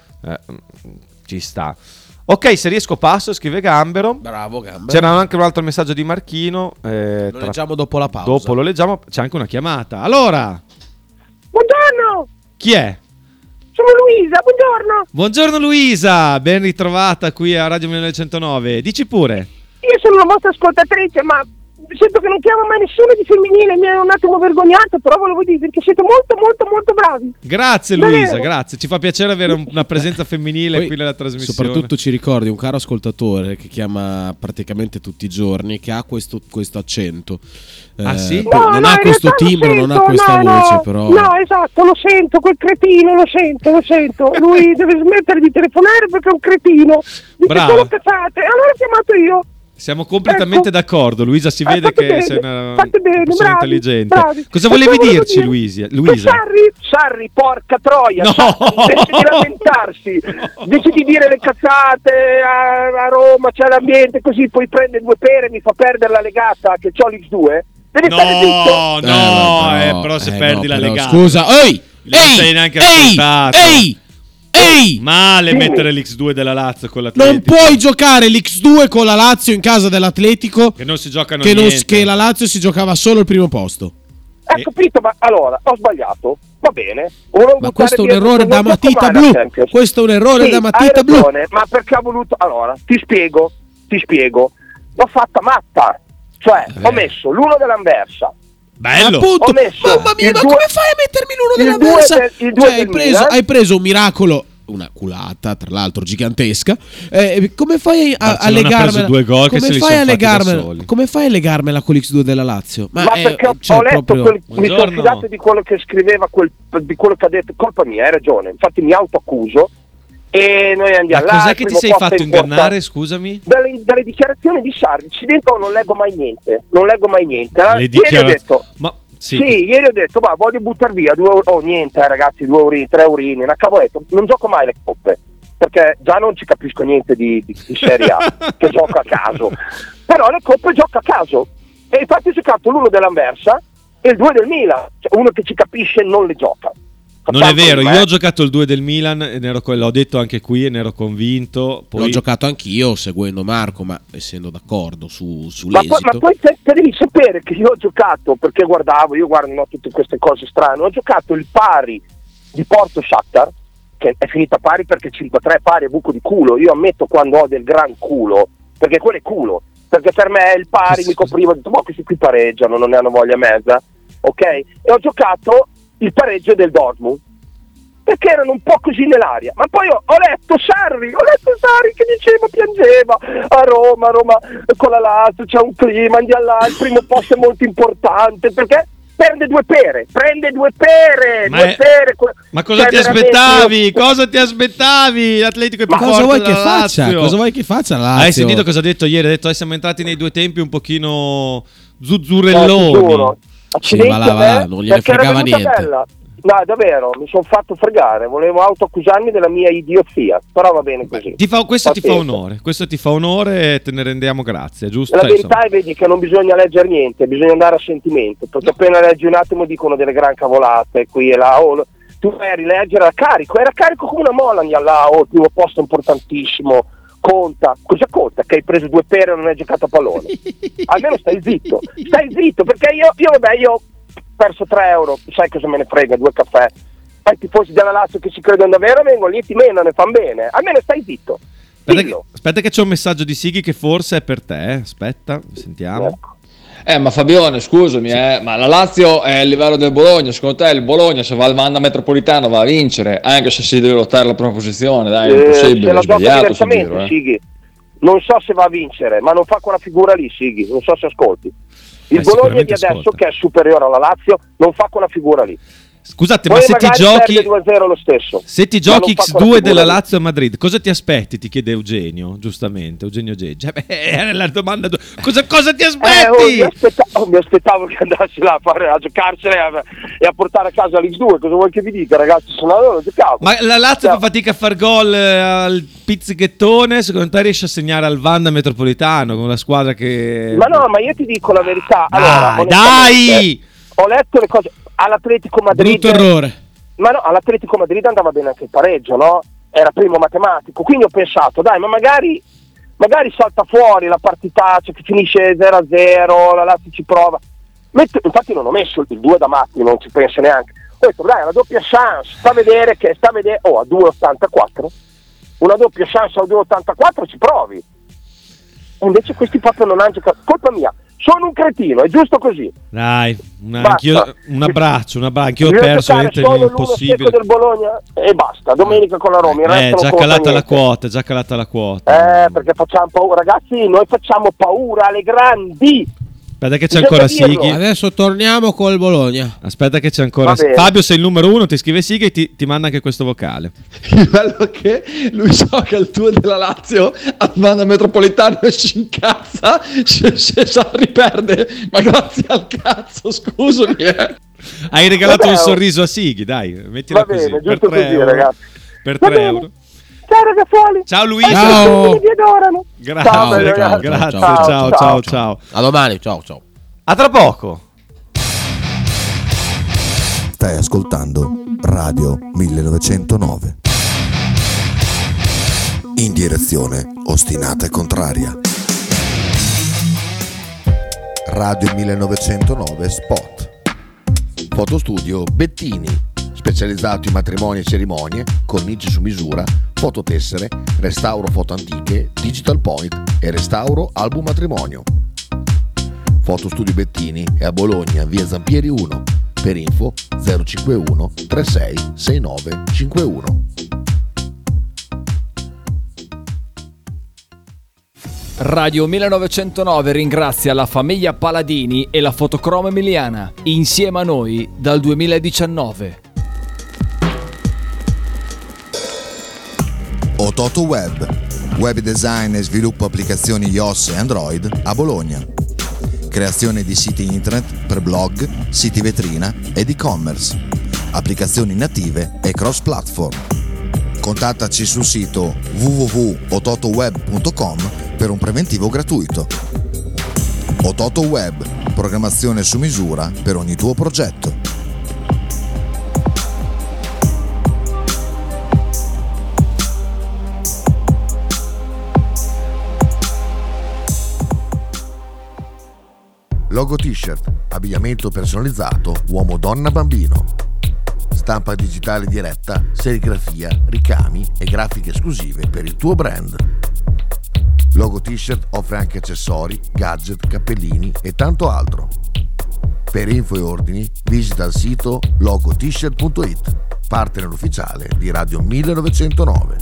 ci sta. Ok, se riesco passo, scrive Gambero. Bravo Gambero. C'era anche un altro messaggio di Marchino. Lo leggiamo dopo la pausa. Dopo lo leggiamo, c'è anche una chiamata. Allora, Buongiorno, chi è? sono Luisa, buongiorno. Buongiorno Luisa, ben ritrovata qui a Radio 1909. Dici pure. Io sono una vostra ascoltatrice, ma sento che non chiama mai nessuno di femminile, mi ero un attimo vergognato, però volevo dire che siete molto molto molto bravi. Grazie Davvero? Luisa, grazie. Ci fa piacere avere una presenza femminile Poi, qui nella trasmissione. soprattutto ci ricordi un caro ascoltatore che chiama praticamente tutti i giorni, che ha questo accento. Ah, sì? Non ha in questo realtà lo timbro, non ha sento, questa no, voce, no, però. No, esatto, lo sento, quel cretino, lo sento. Lui deve smettere di telefonare perché è un cretino. Dice Bravo. solo cazzate. Allora ho chiamato io. Siamo completamente Ecco. d'accordo, Luisa. Si vede Fate che bene, sei una fate bene, persona bravi, intelligente. bravi. Cosa E volevi poi volevo dirci, dire Luisa? che Sarri, porca troia, No! Sarri, invece di lamentarsi, invece di dire le cazzate a Roma, c'è l'ambiente, così poi prende 2 pere e mi fa perdere la legata che c'ho l'X2. Devi stare zitto. No, però se perdi la però, legata. scusa, Non sei neanche ascoltato. Ehi! Male Dimmi. mettere l'X2 della Lazio con Non l'Atletico. puoi giocare l'X2 con la Lazio in casa dell'Atletico, Che non si giocano che, niente. che la Lazio si giocava solo il primo posto. Capito, ma allora, ho sbagliato, va bene. Volevo Ma buttare questo è un via errore tutto, da non gioco matita mai la blu. Champions. Questo è un errore Sì, da matita hai blu. ragione, ma perché ha voluto... Allora, ti spiego. L'ho fatta matta. Cioè, ho messo l'uno dell'Anversa. Bello. Appunto. Ho messo Mamma mia, ma come fai a mettermi l'uno dell'Anversa? Cioè, hai preso un miracolo, una culata tra l'altro gigantesca, come fai a legarmela? Due gol che se li sono fatti da soli. Come fai a legarmela con l'X2 della Lazio? Ma perché ho letto mi sono fidato di quello che scriveva, di quello che ha detto. Colpa mia, hai ragione, infatti mi autoaccuso e noi andiamo là. Cos'è che ti sei fatto ingannare, scusami? Dalle dichiarazioni di Sarri, dentro non leggo mai niente. Ieri ho detto, ieri ho detto, ma voglio buttare via 2 euro, niente ragazzi, 2 euro, 3 eurini, una cavoletto, non gioco mai le coppe, perché già non ci capisco niente di Serie A, che gioco a caso, però le coppe gioco a caso, e infatti ho giocato l'uno dell'Anversa e il 2 del Milan, cioè uno che ci capisce non le gioca. Non è vero, io ho giocato il 2 del Milan e l'ho detto anche qui e ne ero convinto. Poi... L'ho giocato anch'io seguendo Marco, ma essendo d'accordo sull'esito. Ma poi te devi sapere che io ho giocato, perché io guardo tutte queste cose strane, ho giocato il pari di Porto Shakhtar, che è finita pari perché 5-3 pari è buco di culo. Io ammetto quando ho del gran culo, perché quello è culo, perché per me il pari mi copriva, ho detto, questi qui pareggiano, non ne hanno voglia mezza, ok? E ho giocato il pareggio del Dortmund perché erano un po' così nell'aria, ma poi ho letto Sarri che diceva, piangeva a Roma con la Lazio c'è un clima, andiamo là, il primo posto è molto importante perché prende due pere. Ma cosa ti aspettavi? Cosa ti aspettavi? L'Atletico è più forte della Lazio. Cosa vuoi che faccia la Lazio? Hai sentito cosa ha detto ieri? Ha detto siamo entrati nei due tempi un pochino zuzzurelloni. Va, non gliene fregava niente. Bella. No, davvero, mi sono fatto fregare, volevo autoaccusarmi della mia idiozia, però va bene così. Questo ti fa onore e te ne rendiamo grazie, giusto? La verità è, vedi, che non bisogna leggere niente, bisogna andare a sentimento, perché appena leggi un attimo dicono delle gran cavolate qui e là, tu vai a rileggere, era carico come una molla, là, il primo posto importantissimo, conta, cosa conta? Che hai preso 2 pere e non hai giocato a pallone? Almeno stai zitto, perché io ho perso 3 euro, sai cosa me ne frega, 2 caffè, i tifosi della Lazio che ci credono davvero vengono lì, ti menano e fanno bene, almeno stai zitto. Aspetta che c'è un messaggio di Sighi che forse è per te, aspetta, sentiamo. Ecco. Ma Fabione, scusami, ma la Lazio è a livello del Bologna, secondo te il Bologna se va al Wanda Metropolitano va a vincere, anche se si deve lottare la prima posizione, dai, è impossibile, se la è sbagliato gioca diversamente, Sighi. Non so se va a vincere, ma non fa quella figura lì, Sighi, non so se ascolti. Il Bologna di adesso, che è superiore alla Lazio, non fa quella figura lì. Scusate, poi ma se ti giochi 2-0 lo stesso. Se ti giochi X2 della Lazio a Madrid, cosa ti aspetti? Ti chiede Eugenio, giustamente, Eugenio Geggia. Era la domanda. Cosa ti aspetti? Mi aspettavo che andassi là a giocarsene e a portare a casa l'X2. Cosa vuoi che vi dica, ragazzi? Se no non lo giocavo. Ma la Lazio fa fatica a far gol al pizzichettone. Secondo te riesce a segnare al Wanda Metropolitano con una squadra che... Ma no, ma io ti dico la verità. Allora, dai! Ho letto le cose all'Atletico Madrid. Brutto errore. Ma no, all'Atletico Madrid andava bene anche il pareggio, no? Era primo matematico, quindi ho pensato, dai, ma magari salta fuori la partitaccia che finisce 0-0, la Lazio ci prova. Infatti non ho messo il 2 da matti, non ci penso neanche. Ho detto, dai, la doppia chance, sta a vedere a 2,84. Una doppia chance a 2,84 ci provi. E invece questi proprio non hanno giocato. Colpa mia. Sono un cretino, è giusto così. Dai, anch'io un abbraccio, anch'io ho perso solo l'1-0 del Bologna e basta, domenica con la Roma. Già calata la quota. Perché facciamo paura, ragazzi, noi facciamo paura alle grandi. Aspetta che c'è ancora Sighi. Adesso torniamo col Bologna. Aspetta che c'è ancora Fabio, sei il numero 1, ti scrive Sighi e ti manda anche questo vocale. Il bello è che lui gioca il 2 della Lazio al Wanda Metropolitano e si incazza se Sarri perde, ma grazie al cazzo, scusami. Hai regalato un sorriso a Sighi, dai, mettila così. Va bene, giusto così, ragazzi. Per 3 euro. Ciao ragazzuoli. Ciao Luigi. Ciao. Vi adorano. Grazie, ciao. A domani, ciao. A tra poco. Stai ascoltando Radio 1909. In direzione ostinata e contraria. Radio 1909 Spot. Fotostudio Bettini, specializzato in matrimoni e cerimonie, cornici su misura, fototessere, restauro foto antiche, digital point e restauro album matrimonio. Fotostudio Bettini è a Bologna, via Zampieri 1. Per info 051 36 69 51. Radio 1909 ringrazia la famiglia Paladini e la Fotocromo Emiliana, insieme a noi dal 2019. Ototo Web design e sviluppo applicazioni iOS e Android a Bologna. Creazione di siti internet per blog, siti vetrina ed e-commerce, applicazioni native e cross-platform. Contattaci sul sito www.ototoweb.com per un preventivo gratuito. Ototo Web, programmazione su misura per ogni tuo progetto. Logo T-shirt, abbigliamento personalizzato uomo, donna, bambino. Stampa digitale diretta, serigrafia, ricami e grafiche esclusive per il tuo brand. Logo T-shirt offre anche accessori, gadget, cappellini e tanto altro. Per info e ordini visita il sito logotshirt.it, partner ufficiale di Radio 1909.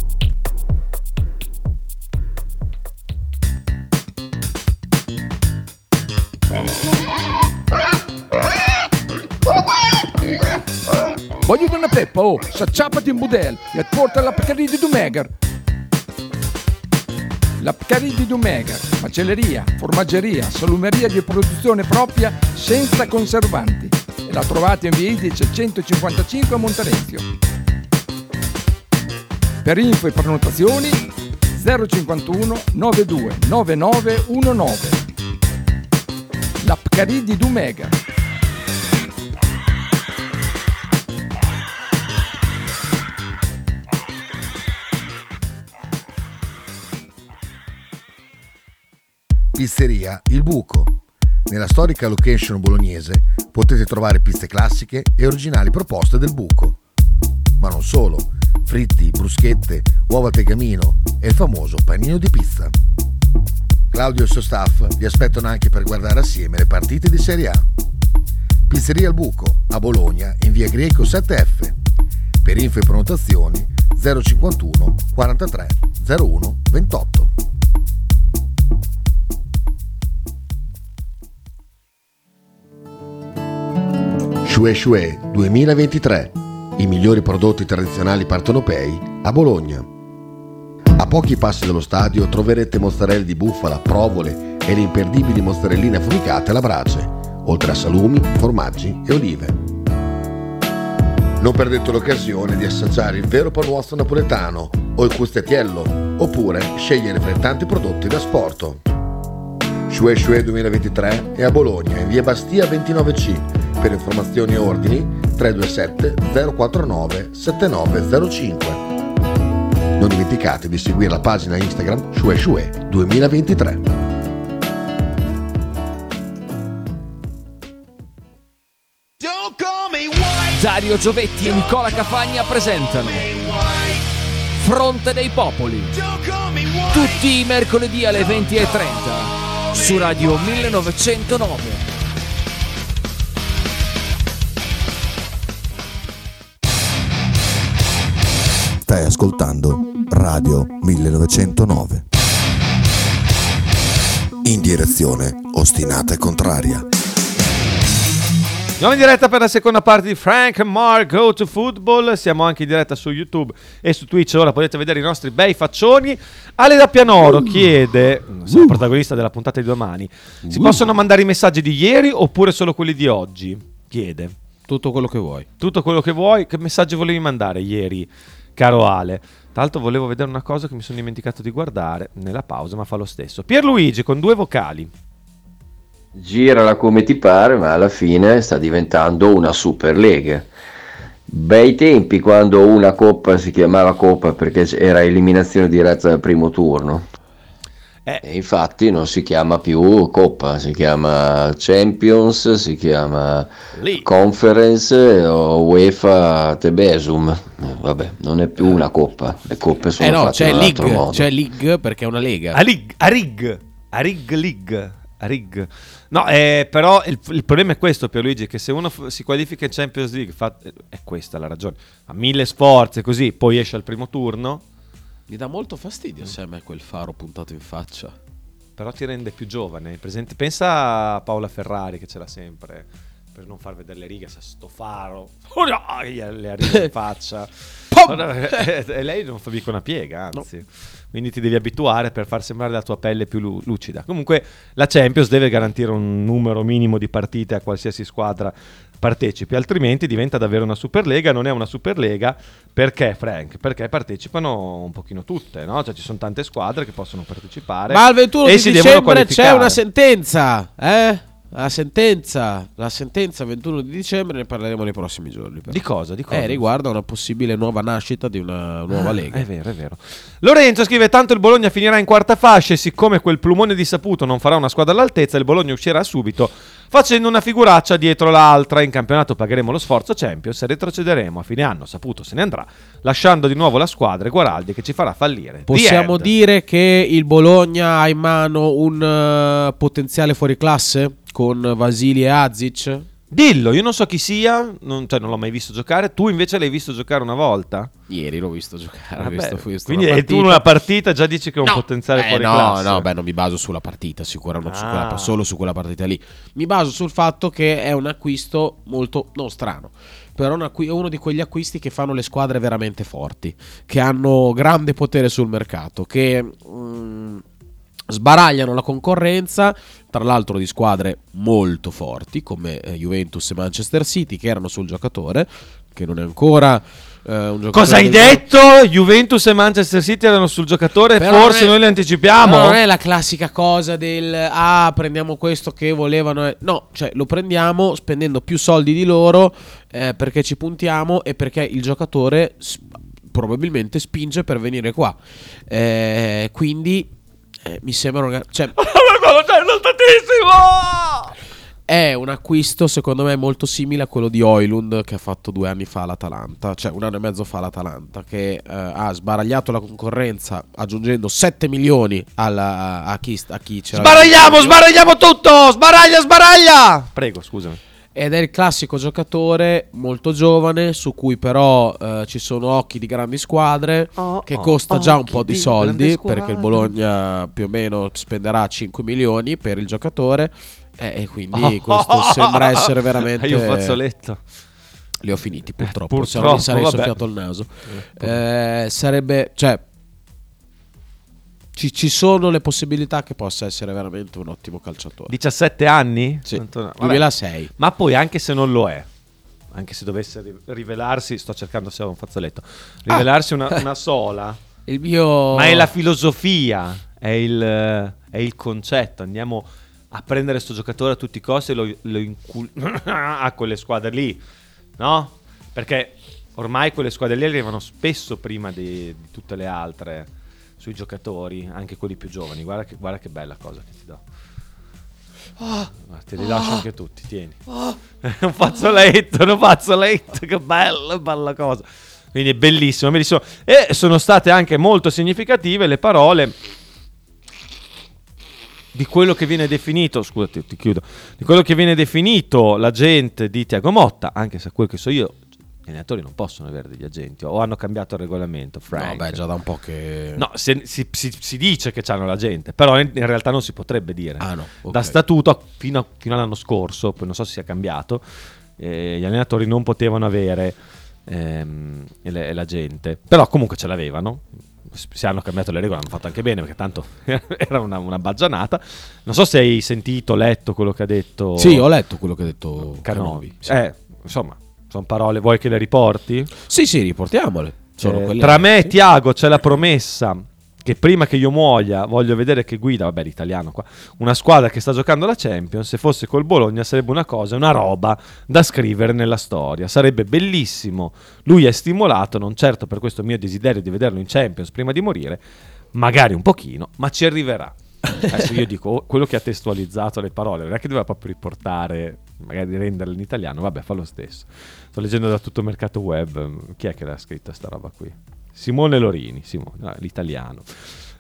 Voglio una peppa, s'acciappati in budel e porta la Pcaridi di Dumegar. La Pcaridi di Dumegar, macelleria, formaggeria, salumeria di produzione propria senza conservanti. E la trovate in via Idice 155 a Monterezio. Per info e prenotazioni 051 92 9919. La Pcaridi di Dumegar. Pizzeria Il Buco. Nella storica location bolognese potete trovare pizze classiche e originali proposte del Buco. Ma non solo, fritti, bruschette, uova al tegamino e il famoso panino di pizza. Claudio e il suo staff vi aspettano anche per guardare assieme le partite di Serie A. Pizzeria Il Buco, a Bologna, in via Greco 7F. Per info e prenotazioni 051 43 01 28. Shue Shue 2023, i migliori prodotti tradizionali partenopei a Bologna. A pochi passi dallo stadio troverete mozzarella di bufala, provole e le imperdibili mozzarelline affumicate alla brace, oltre a salumi, formaggi e olive. Non perdete l'occasione di assaggiare il vero panuozzo napoletano o il custettiello, oppure scegliere fra i tanti prodotti da sport. Shue Shue 2023 è a Bologna, in via Bastia 29C. Per informazioni e ordini 327 049 7905. Non dimenticate di seguire la pagina Instagram Shue Shue 2023. Dario Giovetti e Nicola Cafagna presentano Fronte dei Popoli, tutti i mercoledì alle 20:30 su Radio 1909. Stai ascoltando Radio 1909. In direzione ostinata e contraria. Siamo in diretta per la seconda parte di Frank and Mark Go to Football. Siamo anche in diretta su YouTube e su Twitch. Ora potete vedere i nostri bei faccioni. Ale da Pianoro chiede, sei il protagonista della puntata di domani, si possono mandare i messaggi di ieri oppure solo quelli di oggi? Chiede. Tutto quello che vuoi. Tutto quello che vuoi. Che messaggi volevi mandare ieri, caro Ale? Tra l'altro volevo vedere una cosa che mi sono dimenticato di guardare nella pausa, ma fa lo stesso. Pierluigi con 2 vocali. Girala come ti pare, ma alla fine sta diventando una Superlega. Bei tempi quando una coppa si chiamava coppa perché era eliminazione diretta dal primo turno. E infatti non si chiama più coppa, si chiama Champions, si chiama Conference o UEFA Tebesum. Vabbè, non è più una coppa, le coppe sono fatte in un altro modo. C'è League perché è una lega. A Rig League. Rig. No, però il problema è questo, Pierluigi, che se uno si qualifica in Champions League, è questa la ragione, fa 1000 sforzi così, poi esce al primo turno. Mi dà molto fastidio se a me quel faro puntato in faccia. Però ti rende più giovane. Pensa a Paola Ferrari, che ce l'ha sempre, per non far vedere le righe, se sto faro le arriva in faccia. E lei non fa mica una piega, anzi. No. Quindi ti devi abituare per far sembrare la tua pelle più lucida. Comunque la Champions deve garantire un numero minimo di partite a qualsiasi squadra partecipi, altrimenti diventa davvero una Superlega. Non è una Superlega perché, Frank? Perché partecipano un pochino tutte, no? Cioè ci sono tante squadre che possono partecipare. Ma al 21 di dicembre c'è una sentenza, La sentenza 21 di dicembre, ne parleremo nei prossimi giorni. Però. Di cosa? Riguarda una possibile nuova nascita di una nuova lega. È vero. Lorenzo scrive: tanto il Bologna finirà in quarta fascia e siccome quel plumone di Saputo non farà una squadra all'altezza, il Bologna uscirà subito facendo una figuraccia dietro l'altra. In campionato pagheremo lo sforzo Champions e retrocederemo. A fine anno Saputo se ne andrà, lasciando di nuovo la squadra e Guaraldi che ci farà fallire. Possiamo dire che il Bologna ha in mano un potenziale fuoriclasse con Vasili e Azic? Dillo, io non so chi sia, non l'ho mai visto giocare. Tu invece l'hai visto giocare una volta? Ieri l'ho visto giocare. Quindi tu in una partita già dici che è un potenziale fuori classe? No, non mi baso sulla partita, sicuramente solo su quella partita lì. Mi baso sul fatto che è un acquisto molto, non strano, però è uno di quegli acquisti che fanno le squadre veramente forti, che hanno grande potere sul mercato, che sbaragliano la concorrenza, tra l'altro di squadre molto forti come Juventus e Manchester City, che erano sul giocatore, che non è ancora un giocatore. Cosa hai detto? Juventus e Manchester City erano sul giocatore? Però forse noi li anticipiamo. Non è la classica cosa del prendiamo questo che volevano. No, cioè lo prendiamo spendendo più soldi di loro perché ci puntiamo e perché il giocatore probabilmente spinge per venire qua. Quindi mi sembra è un acquisto secondo me molto simile a quello di Højlund che ha fatto 2 anni fa all'Atalanta, cioè 1 anno e mezzo fa all'Atalanta, che ha sbaragliato la concorrenza aggiungendo 7 milioni a chi c'era. Sbaragliamo tutto! Sbaraglia! Prego, scusami. Ed è il classico giocatore molto giovane su cui però ci sono occhi di grandi squadre, che costa già un po' di soldi, perché il Bologna più o meno spenderà 5 milioni per il giocatore e quindi questo sembra essere veramente... Hai un fazzoletto. Li ho finiti purtroppo se non mi sarei soffiato il naso. Sarebbe, cioè, ci sono le possibilità che possa essere veramente un ottimo calciatore. 17 anni? Sì, 2006. Ma poi anche se non lo è, anche se dovesse rivelarsi, sto cercando se ho un fazzoletto, rivelarsi una sola, il mio... ma è la filosofia, è il concetto. Andiamo a prendere sto giocatore a tutti i costi e lo a quelle squadre lì, no? Perché ormai quelle squadre lì arrivano spesso prima di tutte le altre sui giocatori, anche quelli più giovani. Guarda che bella cosa che ti do. Te li lascio anche tutti, tieni. Un fazzoletto, che bella cosa. Quindi è bellissimo. E sono state anche molto significative le parole di quello che viene definito, scusate, ti chiudo, di quello che viene definito l'agente di Thiago Motta, anche se quel che so io, gli allenatori non possono avere degli agenti, o hanno cambiato il regolamento, Frank? No, già da un po' che... No, si dice che c'hanno l'agente, però in realtà non si potrebbe dire. No, okay. Da statuto fino all'anno scorso, poi non so se sia cambiato, gli allenatori non potevano avere l'agente, però comunque ce l'avevano. Se hanno cambiato le regole hanno fatto anche bene, perché tanto era una baggianata. Non so se hai sentito, letto quello che ha detto. Sì, ho letto quello che ha detto Canovi. Sì. Insomma, sono parole, vuoi che le riporti? Sì, riportiamole. Tra me e Tiago c'è la promessa che prima che io muoia voglio vedere che guida, vabbè, l'italiano qua, una squadra che sta giocando la Champions. Se fosse col Bologna sarebbe una roba da scrivere nella storia, sarebbe bellissimo. Lui è stimolato, non certo per questo mio desiderio di vederlo in Champions prima di morire, magari un pochino, ma ci arriverà. Adesso io dico quello che ha testualizzato le parole, non è che doveva proprio riportare, magari renderle in italiano, vabbè, fa lo stesso. Sto leggendo da tutto il mercato web. Chi è che l'ha scritta sta roba qui? Simone Lorini, l'italiano.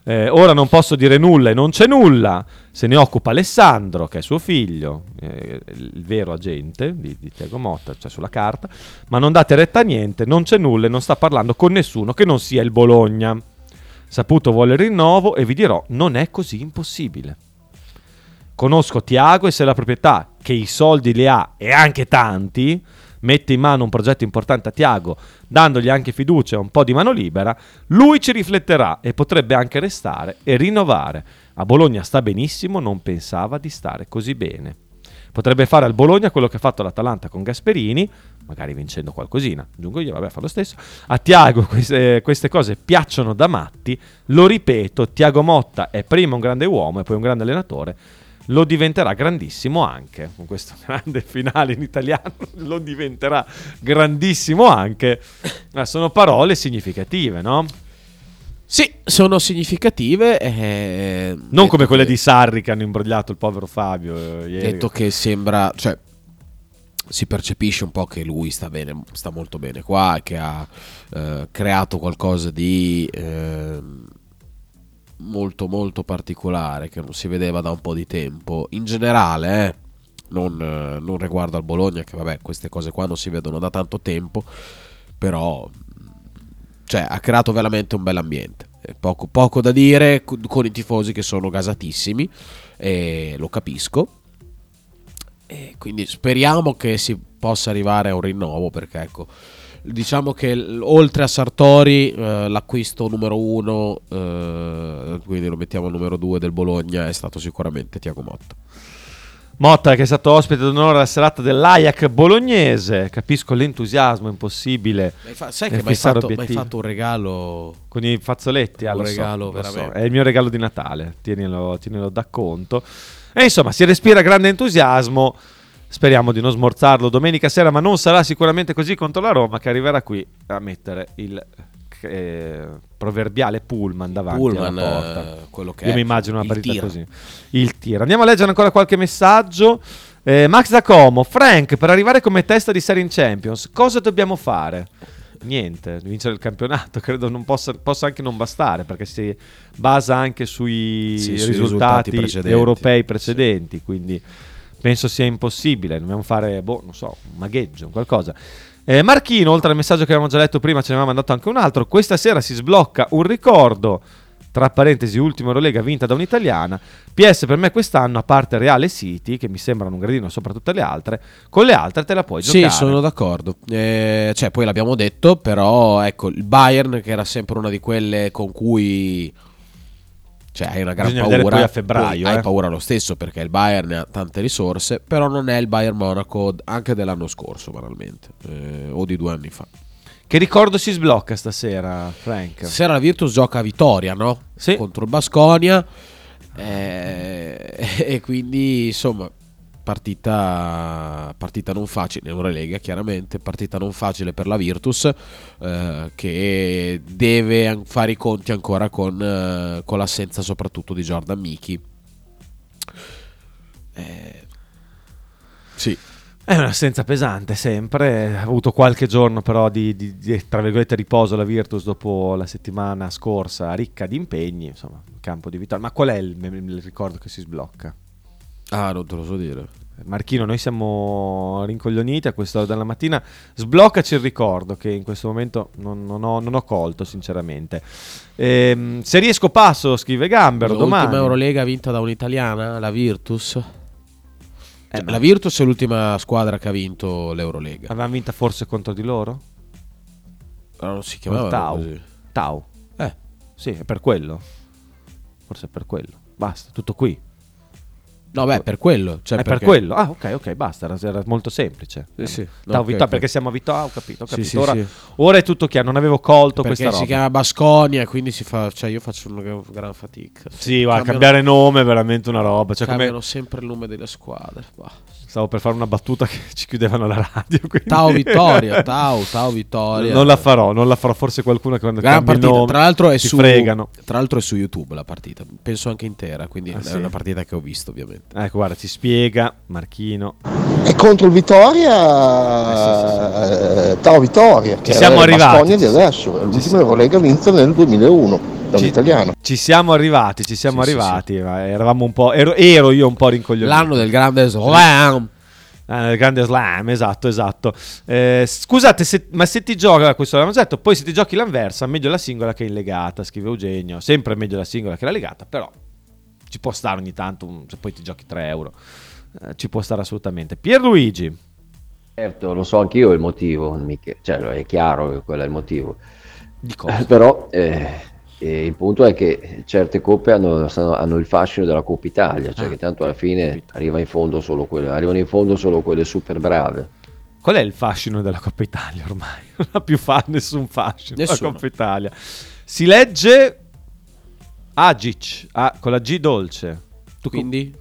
Ora non posso dire nulla e non c'è nulla, se ne occupa Alessandro, che è suo figlio, il vero agente di Thiago Motta, cioè sulla carta, ma non date retta a niente, non c'è nulla e non sta parlando con nessuno che non sia il Bologna. Saputo vuole il rinnovo e vi dirò, non è così impossibile. Conosco Thiago e se la proprietà, che i soldi li ha e anche tanti, mette in mano un progetto importante a Thiago, dandogli anche fiducia e un po' di mano libera, lui ci rifletterà e potrebbe anche restare e rinnovare. A Bologna sta benissimo, non pensava di stare così bene. Potrebbe fare al Bologna quello che ha fatto l'Atalanta con Gasperini, magari vincendo qualcosina, aggiungo io, vabbè, fa lo stesso. A Thiago queste cose piacciono da matti, lo ripeto, Thiago Motta è prima un grande uomo e poi un grande allenatore, lo diventerà grandissimo anche, con questo grande finale in italiano, lo diventerà grandissimo anche. Sono parole significative, no? Sì, sono significative. Non come quelle di Sarri che hanno imbrogliato il povero Fabio ieri. Detto che sembra, cioè, si percepisce un po' che lui sta bene, sta molto bene qua, che ha creato qualcosa di molto molto particolare che non si vedeva da un po' di tempo in generale, non riguardo al Bologna, che vabbè, queste cose qua non si vedono da tanto tempo, però cioè ha creato veramente un bel ambiente, poco da dire, con i tifosi che sono gasatissimi e lo capisco, e quindi speriamo che si possa arrivare a un rinnovo, perché ecco, diciamo che oltre a Sartori l'acquisto numero 1, quindi lo mettiamo al numero 2 del Bologna, è stato sicuramente Thiago Motta, che è stato ospite d'onore alla serata dell'Ajax bolognese. Capisco l'entusiasmo impossibile. Sai che mi hai fatto un regalo con i fazzoletti? Un regalo veramente. È il mio regalo di Natale, tienilo da conto. E insomma, si respira grande entusiasmo. Speriamo di non smorzarlo domenica sera, ma non sarà sicuramente così contro la Roma, che arriverà qui a mettere il proverbiale pullman davanti alla porta. Quello che io è, mi immagino una partita tiro. così. Il tiro. Andiamo a leggere ancora qualche messaggio. Max da Como: Frank, per arrivare come testa di serie in Champions, cosa dobbiamo fare? Niente, vincere il campionato credo non possa anche non bastare, perché si basa anche sui risultati europei precedenti, quindi penso sia impossibile. Dobbiamo fare, non so, un magheggio, qualcosa. Marchino, oltre al messaggio che avevamo già letto prima, ce ne aveva mandato anche un altro. Questa sera si sblocca un ricordo, tra parentesi, ultima Eurolega vinta da un'italiana. PS, per me quest'anno, a parte Real e City, che mi sembrano un gradino sopra tutte le altre, con le altre te la puoi giocare. Sì, sono d'accordo. Cioè, poi l'abbiamo detto, però ecco, il Bayern, che era sempre una di quelle con cui, cioè, hai una gran paura. Poi a febbraio hai paura lo stesso, perché il Bayern ha tante risorse, però non è il Bayern Monaco anche dell'anno scorso, banalmente, o di 2 anni fa. Che ricordo si sblocca stasera, Frank? Stasera la Virtus gioca a Vittoria, no? Sì. Contro il Baskonia, e quindi insomma partita non facile in Eurolega, chiaramente partita non facile per la Virtus, che deve fare i conti ancora con l'assenza soprattutto di Jordan Michi. Sì, è un'assenza pesante sempre. Ha avuto qualche giorno però di tra virgolette riposo la Virtus dopo la settimana scorsa ricca di impegni, insomma, campo di vittoria. Ma qual è il ricordo che si sblocca? Non te lo so dire. Marchino, noi siamo rincoglioniti a quest'ora della mattina. Sbloccaci il ricordo, che in questo momento non ho colto sinceramente. Se riesco passo, scrive Gambero, domani. L'ultima Eurolega vinta da un'italiana, la Virtus. La Virtus è l'ultima squadra che ha vinto l'Eurolega. Avevamo vinta forse contro di loro? Non si chiamava così. Tau. Sì, è per quello. Forse è per quello. Basta, tutto qui. No, beh, per quello. Cioè è per quello. Ah, ok, basta. Era molto semplice. Sì. No, okay, perché siamo a Vittoria. Ho capito. Sì, ora è tutto chiaro. Non avevo colto perché questa roba. Si chiama Baskonia, quindi si fa. Cioè, io faccio una gran fatica. Sì, guarda, cambiare nome è veramente una roba. Cioè, cambiano sempre il nome delle squadre. Stavo per fare una battuta che ci chiudevano la radio. Quindi... Tau Vittoria. Tau Vittoria. Non la farò. Forse qualcuno che quando gran partita. Nome, tra l'altro è fregano. Tra l'altro è su YouTube la partita. Penso anche intera. Quindi è una partita che ho visto, ovviamente. Ecco, guarda, ci spiega Marchino. E contro il Vittoria, Tau Vittoria, che ci siamo arrivati. Baskonia di adesso, è l'ultima Eurolega vinta nel 2001. da un italiano. Ci siamo arrivati, ma eravamo un po'. Ero io un po' rincoglionito. L'anno del grande slam. Nel grande slam, esatto. Scusate, ma se ti gioca, questo l'abbiamo detto, poi se ti giochi l'anversa, meglio la singola che in legata, scrive Eugenio. Sempre meglio la singola che la legata, però ci può stare ogni tanto, se poi ti giochi 3 euro, ci può stare assolutamente. Pierluigi. Certo, lo so anch'io il motivo, cioè è chiaro che quello è il motivo. Di cosa? Però il punto è che certe coppe hanno il fascino della Coppa Italia, cioè che tanto alla fine arrivano in fondo solo quelle super brave. Qual è il fascino della Coppa Italia ormai? Non ha più nessun fascino la Coppa Italia. Si legge Agic, con la G dolce. Quindi?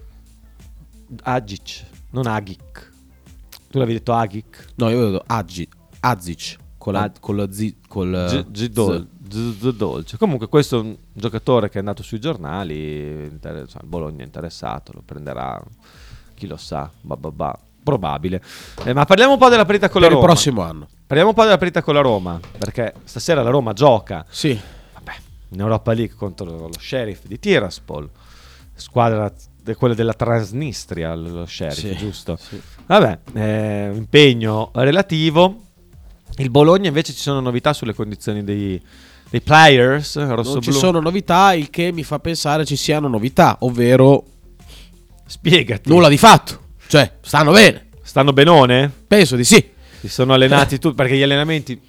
Agic, non Agic. Tu l'avevi detto Agic? No, io avevo detto Azic con la Z, col G dolce. Comunque questo è un giocatore che è andato sui giornali, il Bologna è interessato, lo prenderà, chi lo sa, probabile. Ma parliamo un po' della partita con la Roma. Per il prossimo anno. Parliamo un po' della partita con la Roma, perché stasera la Roma gioca. Sì. In Europa League contro lo Sheriff di Tiraspol, squadra quella della Transnistria, lo Sheriff, giusto? Sì. Vabbè, impegno relativo. Il Bologna invece ci sono novità sulle condizioni dei players rossoblu. Non ci sono novità, il che mi fa pensare ci siano novità, ovvero spiegati. Nulla di fatto, cioè stanno bene. Stanno benone? Penso di sì. Si sono allenati tutti, perché gli allenamenti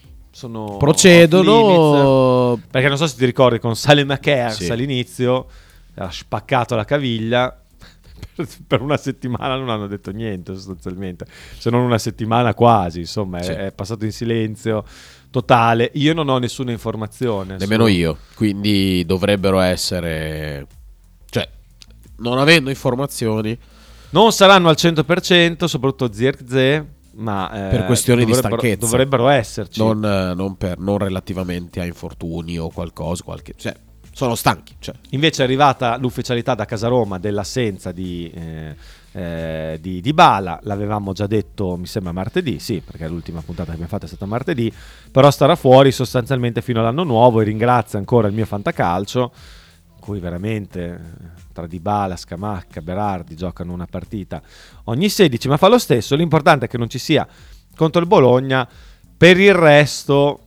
procedono, perché non so se ti ricordi con Salemaker all'inizio era spaccato la caviglia. Per una settimana non hanno detto niente sostanzialmente, se non una settimana quasi, insomma è passato in silenzio totale. Io non ho nessuna informazione, nemmeno io, quindi dovrebbero essere, cioè non avendo informazioni non saranno al 100%, soprattutto Zirkzee, ma per questioni di stanchezza dovrebbero esserci, non relativamente a infortuni o qualcosa, cioè sono stanchi. Invece è arrivata l'ufficialità da Casa Roma dell'assenza di Dybala, l'avevamo già detto mi sembra martedì, sì, perché l'ultima puntata che abbiamo fatto è stata martedì, però starà fuori sostanzialmente fino all'anno nuovo, e ringrazio ancora il mio fantacalcio, in cui veramente tra Dybala, Scamacca, Berardi giocano una partita ogni 16, ma fa lo stesso. L'importante è che non ci sia contro il Bologna. Per il resto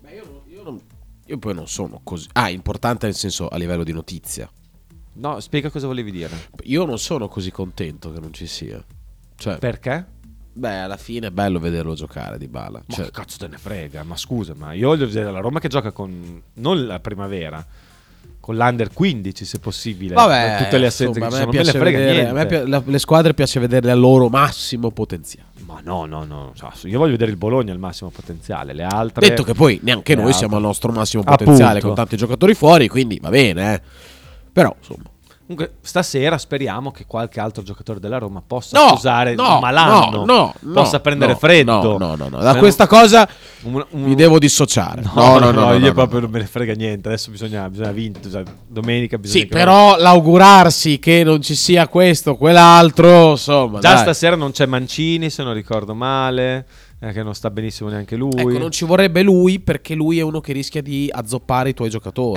io poi non sono così importante nel senso a livello di notizia. No, spiega cosa volevi dire. Io non sono così contento che non ci sia. Cioè, perché? Beh, alla fine è bello vederlo giocare Dybala. Ma che cazzo te ne frega? Ma scusa, ma io voglio vedere la Roma che gioca con non la primavera, con l'Under 15 se possibile. Vabbè, tutte le assenze che ci sono, me ne frega niente. A me le squadre piace vederle al loro massimo potenziale. Ma no, io voglio vedere il Bologna al massimo potenziale. Le altre, detto che poi neanche noi siamo al nostro massimo potenziale, con tanti giocatori fuori, quindi va bene, però insomma. Comunque stasera speriamo che qualche altro giocatore della Roma possa scusare malanno, possa prendere freddo. No. Da questa cosa mi devo dissociare. No, io proprio non me ne frega niente. Adesso bisogna vincere, domenica bisogna. Sì, però l'augurarsi che non ci sia questo, quell'altro, insomma. Già stasera non c'è Mancini, se non ricordo male, che non sta benissimo neanche lui. Ecco, non ci vorrebbe lui, perché lui è uno che rischia di azzoppare i tuoi giocatori.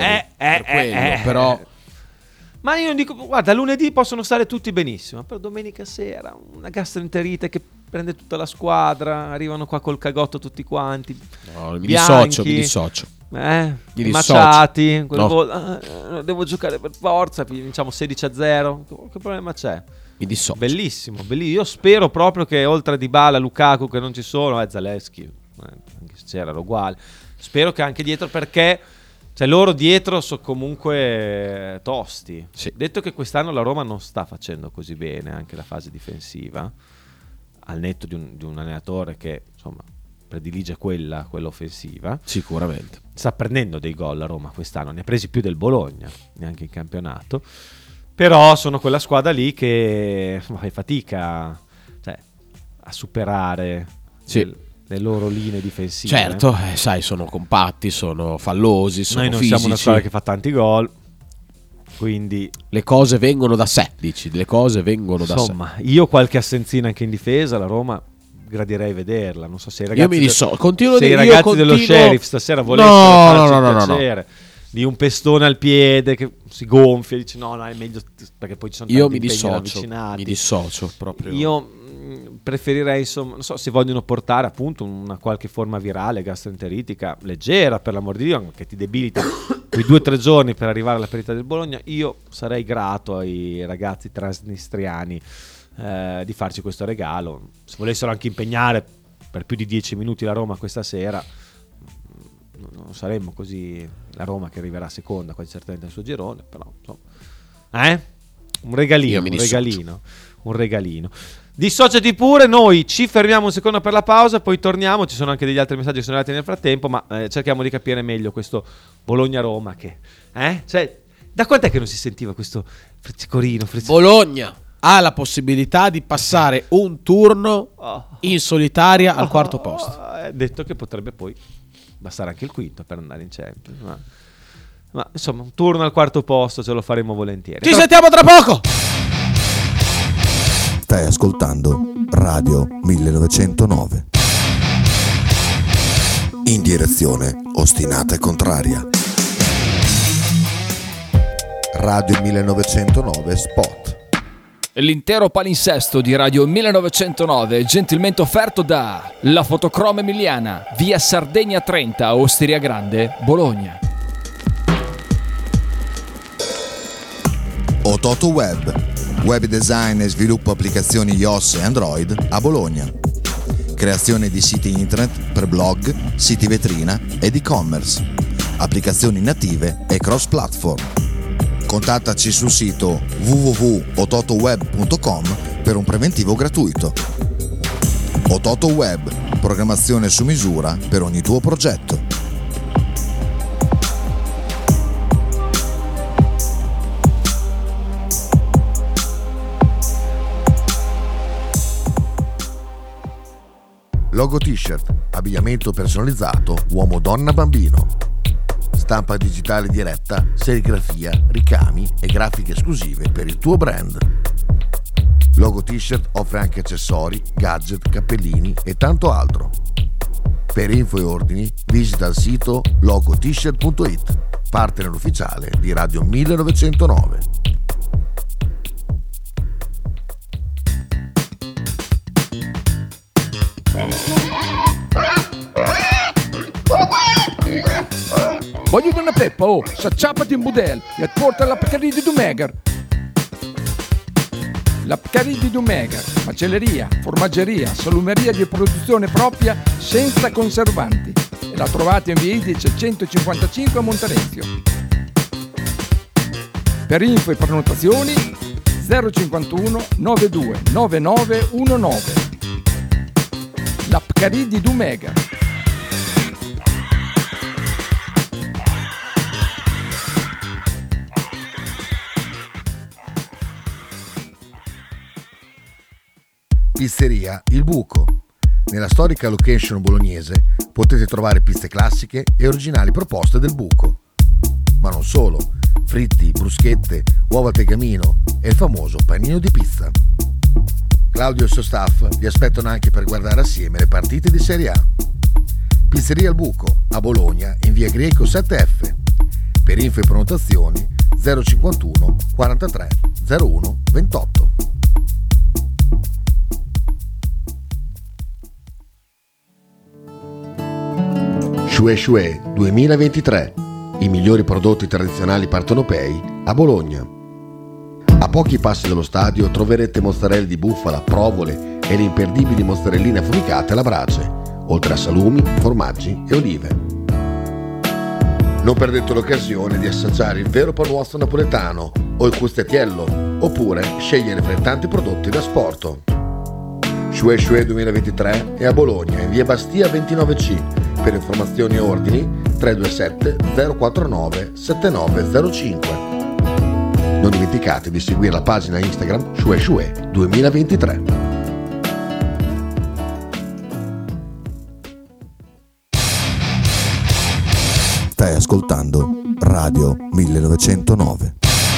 Però. Ma io non dico, guarda, lunedì possono stare tutti benissimo, però domenica sera una gastroenterite che prende tutta la squadra, arrivano qua col cagotto tutti quanti. No, mi dissocio. Macciati, devo giocare per forza, vinciamo 16-0. Che problema c'è? Mi dissocio. Bellissimo. Io spero proprio che oltre a Dybala, Lukaku che non ci sono, Zalewski, anche se c'erano uguali. Spero che anche dietro, perché loro dietro sono comunque tosti. Sì. Detto che quest'anno la Roma non sta facendo così bene anche la fase difensiva, al netto di un allenatore che insomma predilige quella offensiva. Sicuramente. Sta prendendo dei gol la Roma quest'anno, ne ha presi più del Bologna, neanche in campionato. Però sono quella squadra lì che fa fatica a superare le loro linee difensive. Certo, sai, sono compatti, sono fallosi, sono Noi non fisici. siamo una squadra che fa tanti gol, quindi le cose vengono da sé, dici, le cose vengono da sé. Insomma, io qualche assenzina anche in difesa, la Roma gradirei vederla, non so se i ragazzi, io mi ragazzi dello Sheriff stasera volessero farci piacere. di un pestone al piede che si gonfia, dice no è meglio, perché poi ci sono tanti impegni ravvicinati. Mi dissocio proprio. Io preferirei, insomma, non so se vogliono portare appunto una qualche forma virale gastroenteritica leggera, per l'amor di Dio, che ti debilita quei 2 o 3 giorni per arrivare alla parità del Bologna. Io sarei grato ai ragazzi transnistriani di farci questo regalo. Se volessero anche impegnare per più di 10 minuti la Roma questa sera, non saremmo così la Roma che arriverà seconda quasi certamente nel suo girone, però insomma, un regalino. Dissociati pure, noi ci fermiamo un secondo per la pausa, poi torniamo. Ci sono anche degli altri messaggi che sono arrivati nel frattempo, ma cerchiamo di capire meglio questo Bologna-Roma che cioè, da quant'è che non si sentiva questo frezzicorino? Bologna ha la possibilità di passare un turno in solitaria al quarto posto. Detto che potrebbe poi bastare anche il quinto per andare in Champions, ma insomma un turno al quarto posto ce lo faremo volentieri. Ci sentiamo tra poco. Stai ascoltando Radio 1909. In direzione ostinata e contraria. Radio 1909 Spot. L'intero palinsesto di Radio 1909 è gentilmente offerto da La Fotocroma Emiliana, via Sardegna 30, Osteria Grande, Bologna. Ototo Web, web design e sviluppo applicazioni iOS e Android a Bologna. Creazione di siti internet per blog, siti vetrina ed e-commerce. Applicazioni native e cross-platform. Contattaci sul sito www.ototoweb.com per un preventivo gratuito. Ototo Web, programmazione su misura per ogni tuo progetto. Logo t-shirt, abbigliamento personalizzato uomo, donna, bambino. Stampa digitale diretta, serigrafia, ricami e grafiche esclusive per il tuo brand. Logo t-shirt offre anche accessori, gadget, cappellini e tanto altro. Per info e ordini visita il sito logotshirt.it, partner ufficiale di Radio 1909. Voglio una peppa, s'acciappati in budel e porta la Pcaridi di Dumegar. La Pcaridi di Dumegar, macelleria, formaggeria, salumeria di produzione propria senza conservanti. E la trovate in via Idice 155 a Monterezio. Per info e prenotazioni 051 92 9919. La Pcaridi di Dumegar. Pizzeria Il Buco. Nella storica location bolognese potete trovare pizze classiche e originali proposte del Buco. Ma non solo, fritti, bruschette, uova al tegamino e il famoso panino di pizza. Claudio e il suo staff vi aspettano anche per guardare assieme le partite di Serie A. Pizzeria Il Buco, a Bologna, in via Greco 7F. Per info e prenotazioni 051 43 01 28. Shue Shue 2023, i migliori prodotti tradizionali partenopei a Bologna. A pochi passi dallo stadio troverete mozzarella di bufala, provole e le imperdibili mozzarelline affumicate alla brace, oltre a salumi, formaggi e olive. Non perdete l'occasione di assaggiare il vero panuozzo napoletano o il custettiello, oppure scegliere fra i tanti prodotti da sport. Shue Shue 2023 è a Bologna, in via Bastia 29C. Per informazioni e ordini 327 049 7905. Non dimenticate di seguire la pagina Instagram Shue Shue 2023. Stai ascoltando Radio 1909.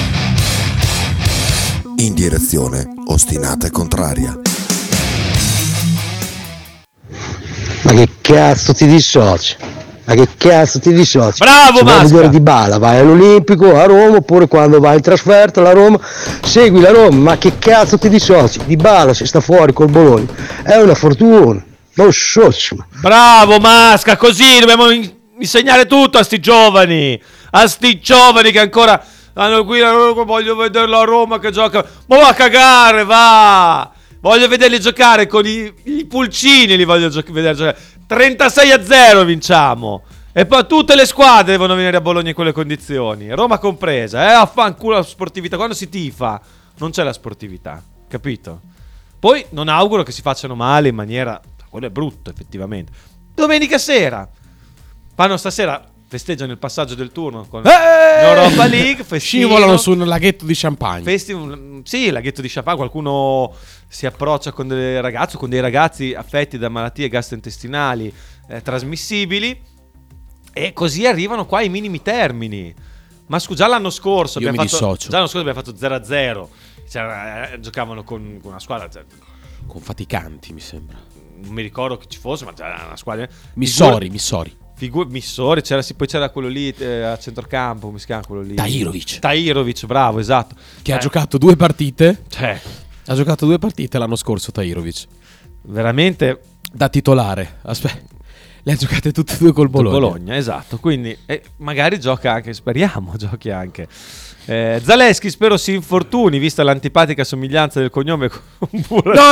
In direzione ostinata e contraria. Ma che cazzo ti dissoci? Ma che cazzo ti dissoci? Bravo, se vuoi Masca! vedere Dybala vai all'Olimpico a Roma, oppure quando vai in trasferta alla Roma segui la Roma. Ma che cazzo ti dissoci? Dybala se sta fuori col Bologna è una fortuna, non socio. Bravo Masca, così dobbiamo insegnare tutto a sti giovani che ancora hanno qui la Roma, voglio vederlo a Roma che gioca, ma va a cagare, va! Voglio vederli giocare con i pulcini, li voglio vedere giocare. 36-0 vinciamo. E poi tutte le squadre devono venire a Bologna in quelle condizioni, Roma compresa, affanculo la sportività. Quando si tifa non c'è la sportività, capito? Poi non auguro che si facciano male in maniera... Quello è brutto effettivamente. Domenica sera fanno stasera, festeggiano il passaggio del turno con Europa League, scivolano su un laghetto di champagne. Sì, laghetto di champagne. Qualcuno si approccia con delle ragazze, con dei ragazzi affetti da malattie gastrointestinali trasmissibili, e così arrivano qua ai minimi termini. Ma già l'anno scorso Io mi dissocio. Già l'anno scorso abbiamo fatto 0-0. Giocavano con una squadra con Faticanti, mi sembra. Non mi ricordo che ci fosse, ma c'era una squadra. Missori. Missori, poi c'era quello lì a centrocampo, come si chiama quello lì? Tahirovic, bravo, esatto. Che ha giocato 2 partite. Ha giocato 2 partite l'anno scorso Tahirovic. Veramente da titolare. Aspetta. Le ha giocate tutte e 2 col Bologna. Esatto. Quindi magari gioca anche, speriamo giochi anche. Zaleschi spero si infortuni, vista l'antipatica somiglianza del cognome con un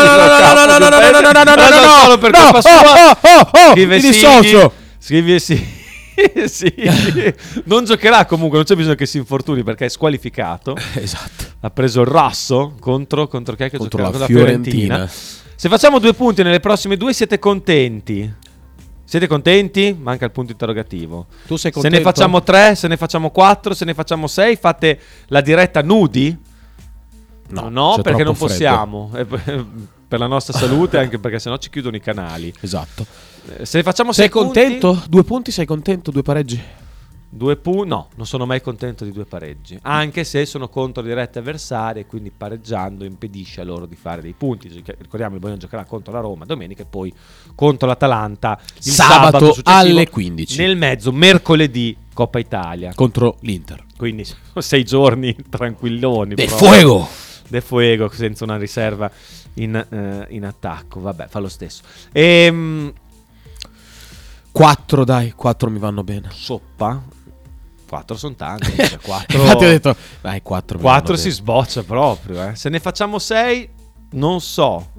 no, per colpa sua. Scrive sì. Non giocherà comunque, non c'è bisogno che si infortuni perché è squalificato. Esatto. Ha preso il rasso contro chi è che contro giocherà? La Fiorentina. Se facciamo 2 punti nelle prossime 2 siete contenti? Siete contenti? Manca il punto interrogativo. Tu sei contento? Se ne facciamo 3, se ne facciamo 4, se ne facciamo 6, fate la diretta nudi? No, perché non possiamo. Per la nostra salute, anche perché sennò ci chiudono i canali. Esatto. Se ne facciamo 6 sei contento? 2 punti, sei contento? 2 pareggi? 2 punti? No, non sono mai contento di 2 pareggi. Anche se sono contro dirette avversarie, quindi pareggiando impedisce a loro di fare dei punti. Ricordiamo, il Bologna giocherà contro la Roma domenica e poi contro l'Atalanta il sabato alle 15. Nel mezzo, mercoledì, Coppa Italia contro l'Inter. Quindi 6 giorni tranquilloni. De fuego, senza una riserva in attacco. Vabbè, fa lo stesso. 4 dai, 4 mi vanno bene. Soppa? 4 sono tanti. 4... Infatti ho detto, dai, 4 si sboccia proprio. Se ne facciamo 6, non so.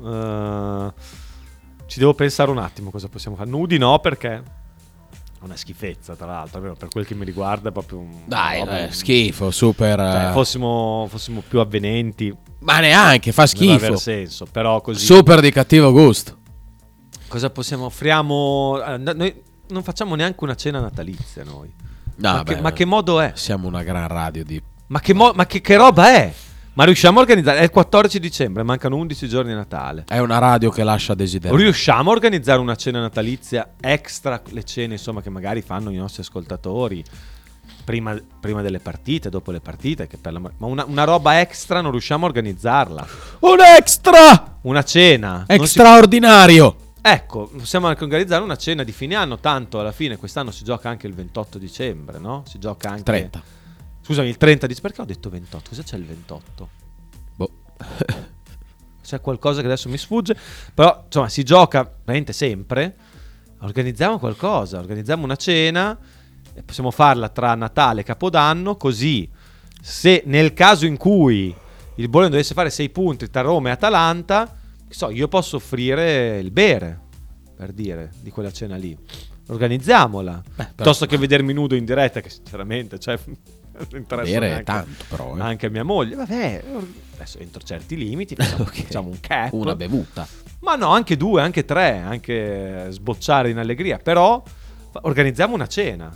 Ci devo pensare un attimo cosa possiamo fare. Nudi no, perché è una schifezza, tra l'altro. Per quel che mi riguarda è proprio un... schifo, super... fossimo più avvenenti. Ma neanche, fa schifo. Non aveva senso, però così... Super di cattivo gusto. Cosa possiamo... Offriamo... Noi non facciamo neanche una cena natalizia, noi. No, ma che modo è? Siamo una gran radio di... Ma che roba è? Ma riusciamo a organizzare? È il 14 dicembre, mancano 11 giorni a Natale. È una radio che lascia desiderare. Riusciamo a organizzare una cena natalizia extra le cene, insomma, che magari fanno i nostri ascoltatori prima delle partite, dopo le partite, ma una roba extra non riusciamo a organizzarla. Un extra! Una cena straordinario. Ecco, possiamo anche organizzare una cena di fine anno, tanto alla fine quest'anno si gioca anche il 28 dicembre, no? Si gioca anche 30. Scusami, il 30 dicembre, perché ho detto 28? Cosa c'è il 28? Boh. C'è qualcosa che adesso mi sfugge, però insomma si gioca veramente sempre. Organizziamo qualcosa, organizziamo una cena e possiamo farla tra Natale e Capodanno, così se nel caso in cui il Bologna dovesse fare 6 punti tra Roma e Atalanta, io posso offrire il bere, per dire, di quella cena lì. Organizziamola. Piuttosto che vedermi nudo in diretta, che sinceramente, non interessa bere neanche, tanto, però. Anche a mia moglie. Vabbè, adesso entro certi limiti, facciamo un cap. Una bevuta. Ma no, anche 2, anche 3, anche sbocciare in allegria. Però organizziamo una cena.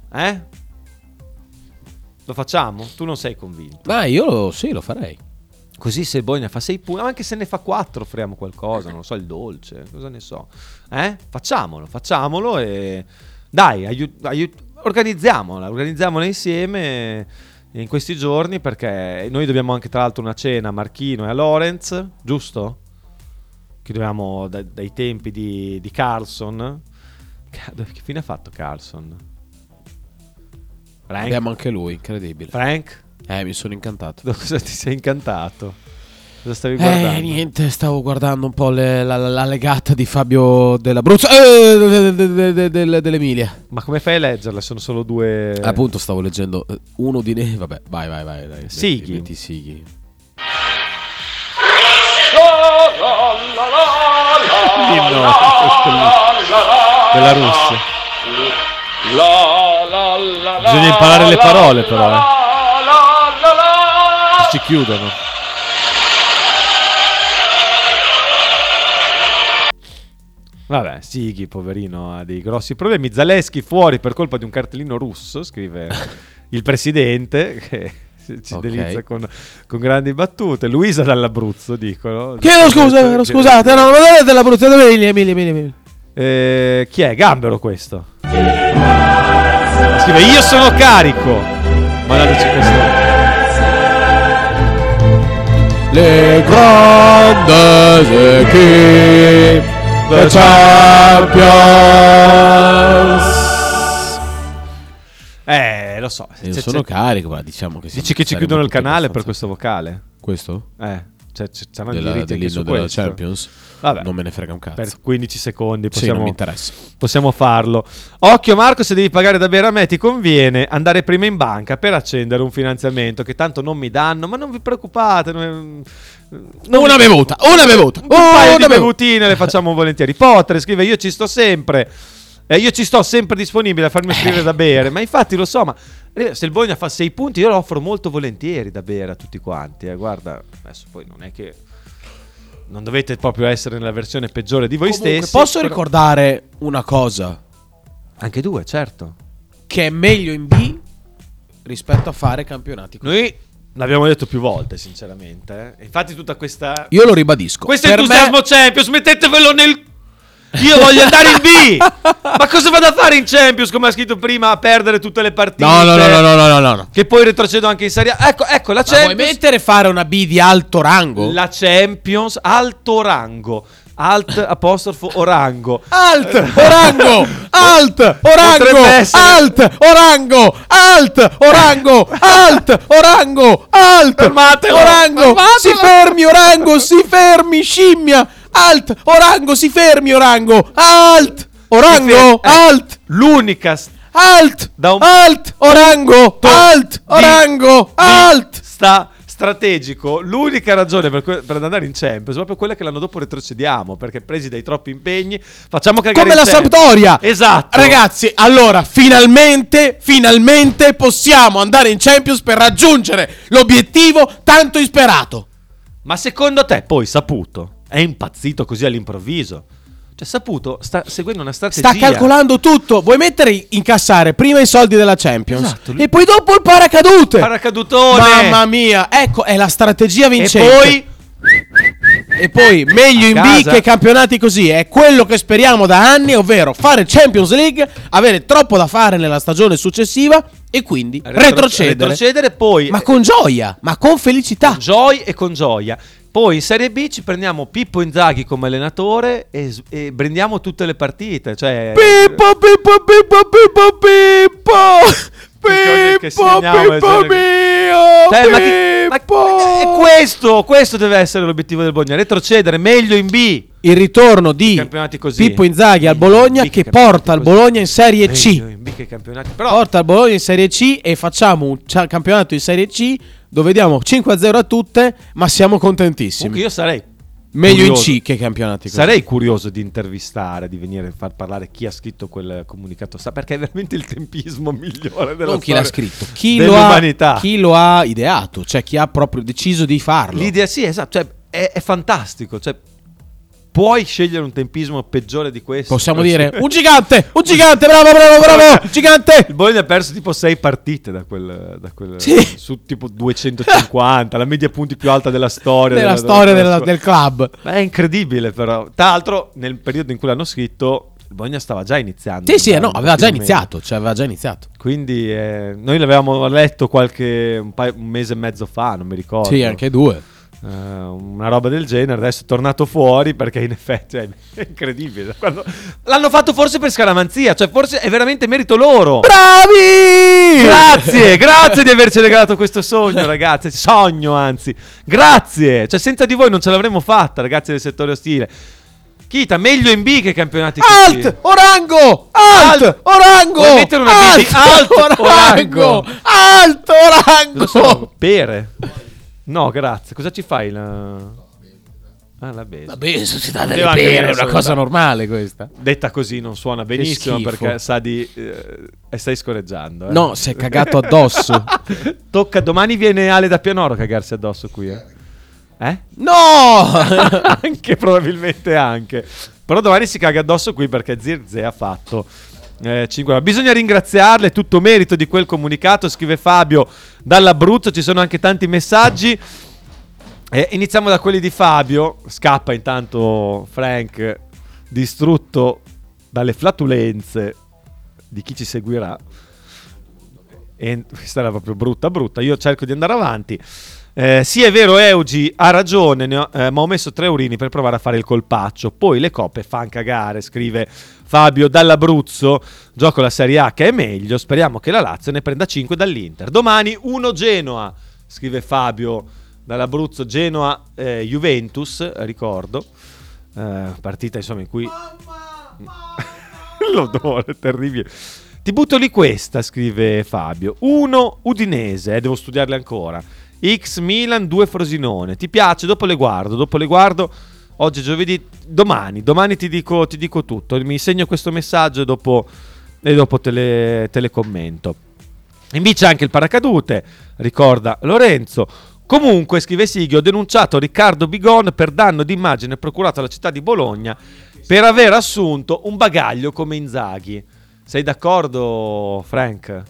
Lo facciamo? Tu non sei convinto? Ma io sì, lo farei. Così se il Bologna fa 6 punti, anche se ne fa 4 offriamo qualcosa, non lo so, il dolce, cosa ne so. Facciamolo e dai, organizziamola insieme in questi giorni, perché noi dobbiamo anche tra l'altro una cena a Marchino e a Lorenz, giusto? Che dobbiamo dai tempi di Carlson, Che fine ha fatto Carlson? Frank? Abbiamo anche lui, incredibile. Frank? Mi sono incantato. Cosa ti sei incantato? Cosa stavi guardando? Niente, stavo guardando un po' la legata di Fabio dell'Abruzzo dell'Emilia. Ma come fai a leggerla? Sono solo due. Appunto stavo leggendo uno di ne. Vabbè, vai. Sighi. Metti Sighi. L'inno della Russia. Bisogna imparare le parole però, ci chiudono. Vabbè, Sighi, poverino, ha dei grossi problemi. Zaleschi fuori per colpa di un cartellino russo, scrive il presidente, che ci delizia con grandi battute. Luisa dall'Abruzzo, dicono. Chiedo scusa, scusate, no, non è dell'Abruzzo, è Emilia. Chi è? Gambero questo? Scrive io sono carico. Mandateci questo. Le grandes équipes de Champions. Lo so. Io sono carico, ma diciamo che dici che ci chiudono il canale per questo vocale? Questo? Cioè, c'hanno diritti anche su della questo. Champions. Vabbè, non me ne frega un cazzo. Per 15 secondi non mi interessa. Possiamo farlo. Occhio Marco, se devi pagare da bere a me ti conviene andare prima in banca per accendere un finanziamento che tanto non mi danno, ma non vi preoccupate. Una bevuta. Un paio di bevutine le facciamo volentieri. Potre scrive io ci sto sempre. Io ci sto sempre disponibile a farmi scrivere da bere, ma infatti lo so, ma se il Bologna fa 6 punti io lo offro molto volentieri da bere a tutti quanti. Guarda, adesso poi non è che non dovete proprio essere nella versione peggiore di voi stessi. Posso ricordare una cosa? Anche due, certo. Che è meglio in B rispetto a fare campionati così. Noi l'abbiamo detto più volte, sinceramente. Infatti tutta questa... Io lo ribadisco. Questo entusiasmo Champions, mettetevelo nel... Io voglio andare in B. Ma cosa vado a fare in Champions, come ha scritto prima, a perdere tutte le partite? No. Che poi retrocedo anche in Serie A. Ecco la Champions. Ma vuoi mettere fare una B di alto rango? La Champions alto rango. Alt apostrofo orango. Alt orango. Alt orango. Alt orango. Alt orango. Alt orango. Alt Fermatelo. Orango. Si fermi orango, si fermi scimmia. Alt orango, si fermi orango. Alt orango. Alt. L'unica Alt alt orango. Alt orango. Alt strategico. L'unica ragione per andare in Champions è proprio quella che l'anno dopo retrocediamo, perché presi dai troppi impegni facciamo cagare come la Sampdoria. Esatto. Ragazzi, allora finalmente possiamo andare in Champions per raggiungere l'obiettivo tanto insperato. Ma secondo te poi Saputo è impazzito così all'improvviso? Cioè Saputo sta seguendo una strategia. Sta calcolando tutto. Vuoi incassare prima i soldi della Champions, esatto, e poi dopo il paracadutone. Mamma mia, ecco, è la strategia vincente. E poi meglio in B che campionati così. È quello che speriamo da anni, ovvero fare Champions League, avere troppo da fare nella stagione successiva e quindi retrocedere poi, ma con gioia, ma con felicità, con gioia. Poi in Serie B ci prendiamo Pippo Inzaghi come allenatore e brindiamo tutte le partite. Cioè Pippo questo deve essere l'obiettivo del Bologna, retrocedere meglio in B. Il ritorno di Pippo Inzaghi al Bologna che porta il Bologna in Serie C. Porta il Bologna in Serie C e facciamo un campionato in Serie C dove diamo 5-0 a tutte, ma siamo contentissimi. Io sarei meglio curioso. In C che campionati così. Sarei curioso di intervistare, di venire a far parlare chi ha scritto quel comunicato, perché è veramente il tempismo migliore della non chi storia l'ha scritto, chi lo ha ideato, cioè chi ha proprio deciso di farlo. L'idea, sì, esatto, cioè è fantastico, cioè puoi scegliere un tempismo peggiore di questo? Possiamo dire un gigante, bravo, gigante. Il Bologna ha perso tipo 6 partite da quel sì. Su tipo 250, la media punti più alta della storia del club. Ma è incredibile, però. Tra l'altro nel periodo in cui l'hanno scritto il Bologna stava già iniziando. Sì, aveva già iniziato. Quindi noi l'avevamo letto un mese e mezzo fa, non mi ricordo. Sì, anche 2. una roba del genere. Adesso è tornato fuori perché in effetti è incredibile. L'hanno fatto forse per scaramanzia, cioè forse è veramente merito loro. Bravi! Grazie di averci regalato questo sogno, ragazzi. Sogno, anzi. Grazie. Cioè senza di voi non ce l'avremmo fatta, ragazzi del settore ostile. Chita, meglio in B che campionati così. Alt Orango! Alt Orango! Vuoi mettere una B di Alt Orango? Alt Orango! Cosa sono? Pere? No, grazie. Cosa ci fai? La base. Vabbè, si dà delle pere, è una cosa normale questa. Detta così non suona benissimo schifo. perché sa di... stai scorreggiando. No, si è cagato addosso. Tocca, domani viene Ale da Pianoro a cagarsi addosso qui, No! Anche, probabilmente anche. Però domani si caga addosso qui perché Zirze ha fatto 5. Bisogna ringraziarle, è tutto merito di quel comunicato, scrive Fabio dall'Abruzzo. Ci sono anche tanti messaggi. Iniziamo da quelli di Fabio. Scappa intanto Frank, distrutto dalle flatulenze di chi ci seguirà. E questa era proprio brutta. Io cerco di andare avanti. Sì, è vero, Eugi ha ragione, ma ho messo 3 eurini per provare a fare il colpaccio. Poi le coppe fan cagare, scrive Fabio dall'Abruzzo. Gioco la Serie A che è meglio. Speriamo che la Lazio ne prenda 5 dall'Inter. Domani 1 Genoa, scrive Fabio dall'Abruzzo. Genoa Juventus, ricordo. Partita insomma in cui l'odore terribile. Ti butto lì questa, scrive Fabio. 1 Udinese, devo studiarle ancora. X Milan 2 Frosinone. Ti piace? Dopo le guardo. Oggi è giovedì. Domani ti dico tutto. Mi segno questo messaggio e dopo te le commento. Invece anche il paracadute, ricorda Lorenzo. Comunque, scrive Sighi, ho denunciato Riccardo Bigon per danno d'immagine procurato alla città di Bologna per aver assunto un bagaglio come Inzaghi. Sei d'accordo, Frank?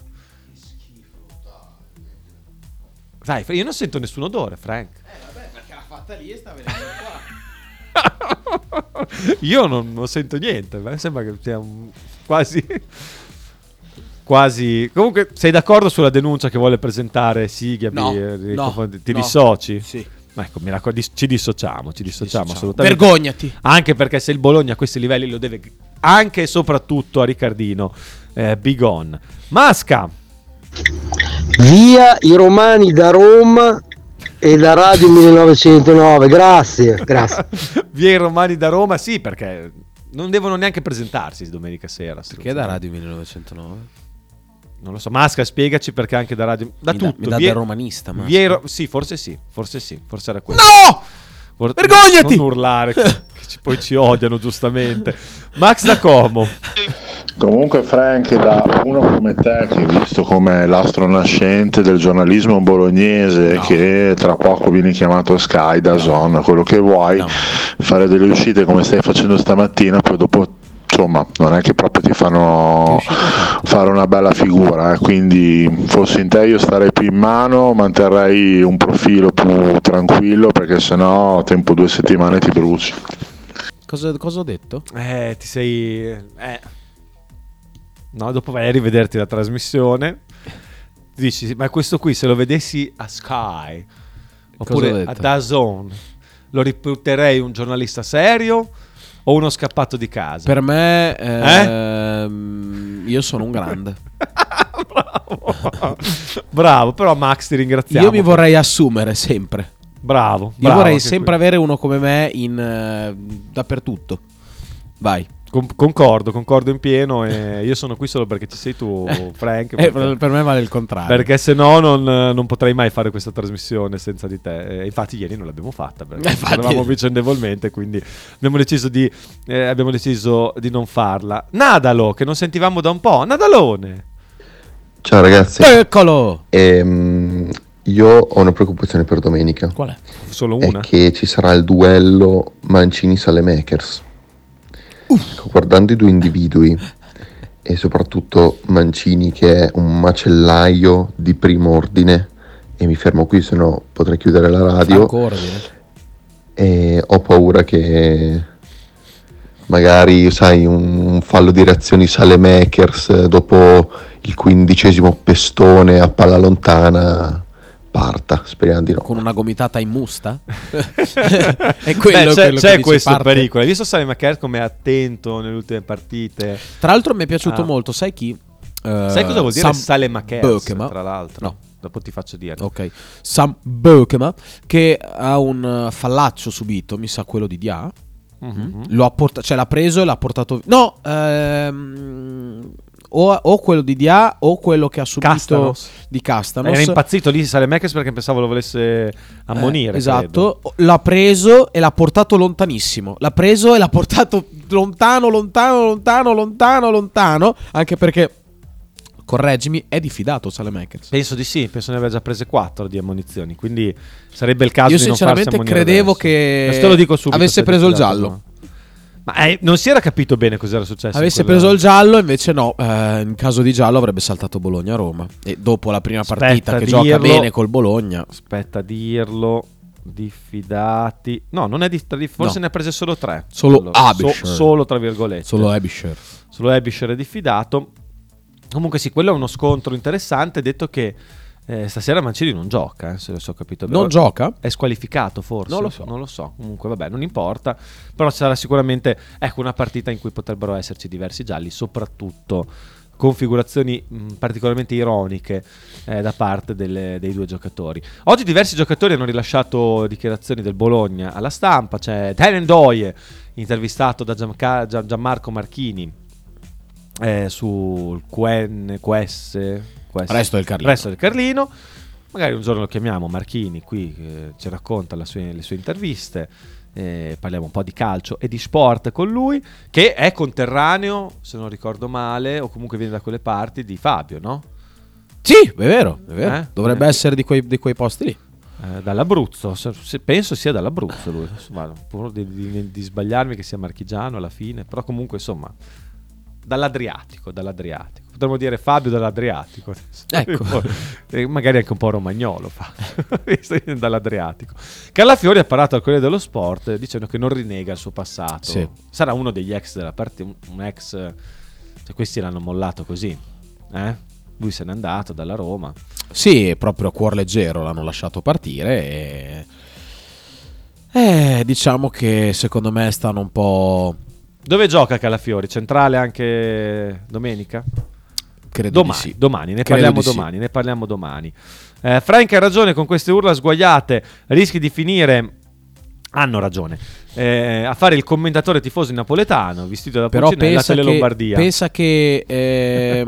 Dai, io non sento nessun odore, Frank. Vabbè, perché l'ha fatta lì e sta venendo qua. Io non sento niente. Mi sembra che sia quasi. Comunque, sei d'accordo sulla denuncia che vuole presentare Sighi? No. Ti dissoci? Sì. Ma ecco, mi raccomando, ci dissociamo assolutamente. Vergognati. Anche perché se il Bologna a questi livelli lo deve anche e soprattutto a Riccardino Bigon. Masca. Via i romani da Roma e da Radio 1909. Grazie. Via i romani da Roma, sì, perché non devono neanche presentarsi domenica sera. Perché da Radio 1909? Non lo so, Masca, spiegaci perché anche da radio. Da tutto. Mi dà del romanista, Masca. Sì, forse era quello. No! Vergognati! Non urlare, che poi ci odiano giustamente. Max da Como. Comunque Frank, da uno come te che visto come l'astro nascente del giornalismo bolognese, che tra poco viene chiamato Sky, DAZN, quello che vuoi, fare delle uscite come stai facendo stamattina, poi dopo insomma non è che proprio ti fanno fare una bella figura, quindi fossi in te io starei più in mano, manterrei un profilo più tranquillo, perché sennò tempo 2 settimane ti bruci. Cosa ho detto? Ti sei... No, dopo vai a rivederti la trasmissione. Dici, ma questo qui se lo vedessi a Sky oppure a DAZN, lo reputerei un giornalista serio o uno scappato di casa? Per me io sono un grande. Bravo, però Max ti ringraziamo. Io mi vorrei assumere sempre. Bravo. Io vorrei sempre avere uno come me dappertutto. Vai. Concordo in pieno, e io sono qui solo perché ci sei tu, Frank. Per me vale il contrario. Perché se no non potrei mai fare questa trasmissione senza di te. Infatti ieri non l'abbiamo fatta perché eravamo vicendevolmente, quindi abbiamo deciso di non farla. Nadalo, che non sentivamo da un po'. Nadalone. Ciao ragazzi. Eccolo. Io ho una preoccupazione per domenica. Qual è? Solo una? È che ci sarà il duello Mancini-Salemakers. Ecco, guardando i due individui e soprattutto Mancini che è un macellaio di primo ordine, e mi fermo qui se no potrei chiudere la radio, e ho paura che magari sai un fallo di reazioni Salemakers dopo il 15° pestone a palla lontana parta, speriamo di no. Con una gomitata in musta? È quello, c'è questo pericolo. Hai visto Salemaker come è attento nelle ultime partite? Tra l'altro mi è piaciuto molto, sai chi? Sai cosa vuol dire Salemaker? Bokema, tra l'altro? No. Dopo ti faccio dire. Ok. Sam Bokema, che ha un fallaccio subito, mi sa quello di Dia. L'ha preso e l'ha portato. No, o quello di Dia o quello che ha subito Castanos. di Castanos. Era impazzito lì Salemaker perché pensavo lo volesse ammonire. Esatto. Credo. L'ha preso e l'ha portato lontanissimo. L'ha preso e l'ha portato lontano. Anche perché, correggimi, è diffidato Salemaker. Penso di sì, penso ne aver già prese 4 di ammonizioni, quindi sarebbe il caso Io di non farsi sinceramente ammonire credevo adesso. che Questo lo dico subito, avesse preso il giallo. Ma non si era capito bene cosa era successo. Avesse preso il giallo, invece no, in caso di giallo avrebbe saltato Bologna-Roma. E dopo la prima partita che gioca bene col Bologna. Aspetta a dirlo. Diffidati. No, non è forse ne ha prese solo 3. Solo Abisher. Solo tra virgolette. Solo Abisher è diffidato. Comunque sì, quello è uno scontro interessante, detto che stasera Mancini non gioca, se lo so capito bene. Non gioca? È squalificato forse? Non lo so. Comunque vabbè, non importa. Però sarà sicuramente una partita in cui potrebbero esserci diversi gialli, soprattutto configurazioni particolarmente ironiche da parte dei due giocatori. Oggi diversi giocatori hanno rilasciato dichiarazioni del Bologna alla stampa. C'è Tyler Ndoye, intervistato da Gianmarco Marchini sul Resto del Carlino. Magari un giorno lo chiamiamo Marchini qui, ci racconta le sue interviste, parliamo un po' di calcio e di sport con lui, che è conterraneo, se non ricordo male, o comunque viene da quelle parti di Fabio, no? Sì, è vero. Dovrebbe essere di quei posti lì. Dall'Abruzzo, penso sia dall'Abruzzo lui, insomma, pur di sbagliarmi che sia marchigiano alla fine, però comunque insomma dall'Adriatico. Potremmo dire Fabio dall'Adriatico. Ecco. Magari anche un po' romagnolo dall'Adriatico. Calafiori ha parlato al Corriere dello Sport dicendo che non rinnega il suo passato. Sì. Sarà uno degli ex della partita, un ex, cioè questi l'hanno mollato così, lui se n'è andato dalla Roma. Sì, proprio a cuor leggero l'hanno lasciato partire e diciamo che secondo me stanno un po'. Dove gioca Calafiori? Centrale anche domenica? Credo di sì. Domani, ne parliamo domani. Frank ha ragione con queste urla sguaiate, rischi di finire. Hanno ragione. A fare il commentatore tifoso napoletano vestito da Puccinella nella Tele Lombardia. Pensa che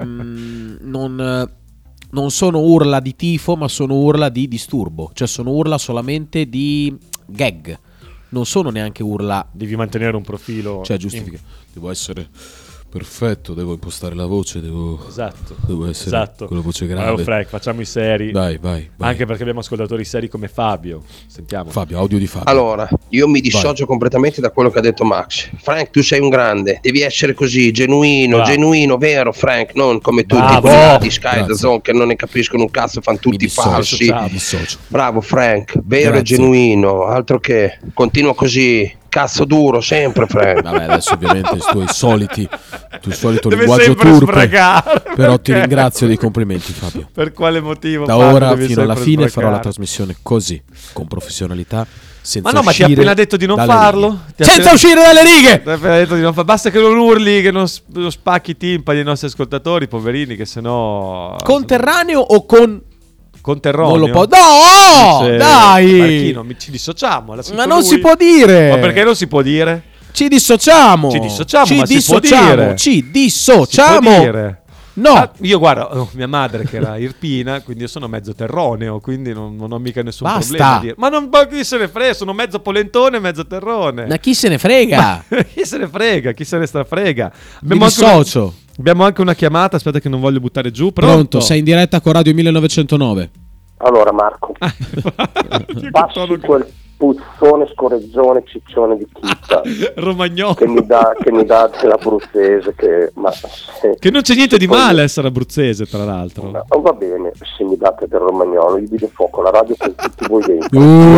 non sono urla di tifo, ma sono urla di disturbo. Cioè sono urla solamente di gag. Non sono neanche urla. Devi mantenere un profilo. Cioè giustifica. Devo essere perfetto, devo impostare la voce, devo essere con la voce grave. Allora, Frank, facciamo i seri. Vai. Anche perché abbiamo ascoltatori seri come Fabio. Sentiamo. Fabio, audio di Fabio. Allora, io mi dissocio completamente da quello che ha detto Max. Frank, tu sei un grande, devi essere così, genuino, vero Frank, non come tutti quelli di Sky Zone che non ne capiscono un cazzo, fanno tutti falsi. Bravo Frank, vero e genuino, altro che continua così. Cazzo duro sempre, Frank. Vabbè, adesso ovviamente il tuo solito deve linguaggio turpe. Però ti okay. ringrazio dei complimenti, Fabio. Per quale motivo? Da ora fino alla fine farò la trasmissione così, con professionalità, senza ma ti ha appena detto di non farlo? Senza uscire dalle righe! Ti ha appena detto di non farlo. Basta che non urli, che non spacchi i timpani ai nostri ascoltatori, poverini, che sennò. Conterraneo o Conterraneo? Non lo può. No! Dai! Marchino, ci dissociamo. Ma non si può dire! Ma perché non si può dire? Ci dissociamo! Si può dire. Ci dissociamo! Si può dire. No! Io guarda, mia madre che era irpina, quindi io sono mezzo terroneo, quindi non ho mica nessun problema a dire. Ma chi se ne frega, sono mezzo polentone e mezzo terrone. Ma chi se ne frega? Chi se ne frega, chi se ne strafrega. Mi dissocio. Abbiamo anche una chiamata, aspetta che non voglio buttare giù. Pronto, sei in diretta con Radio 1909. Allora Marco, puzzone, scorrezzone, ciccione di chicca Romagnolo che mi dà dell'abruzzese che non c'è niente di male essere abruzzese, tra l'altro. No, va bene, se mi date del romagnolo io vi do fuoco la radio con tutti voi dentro.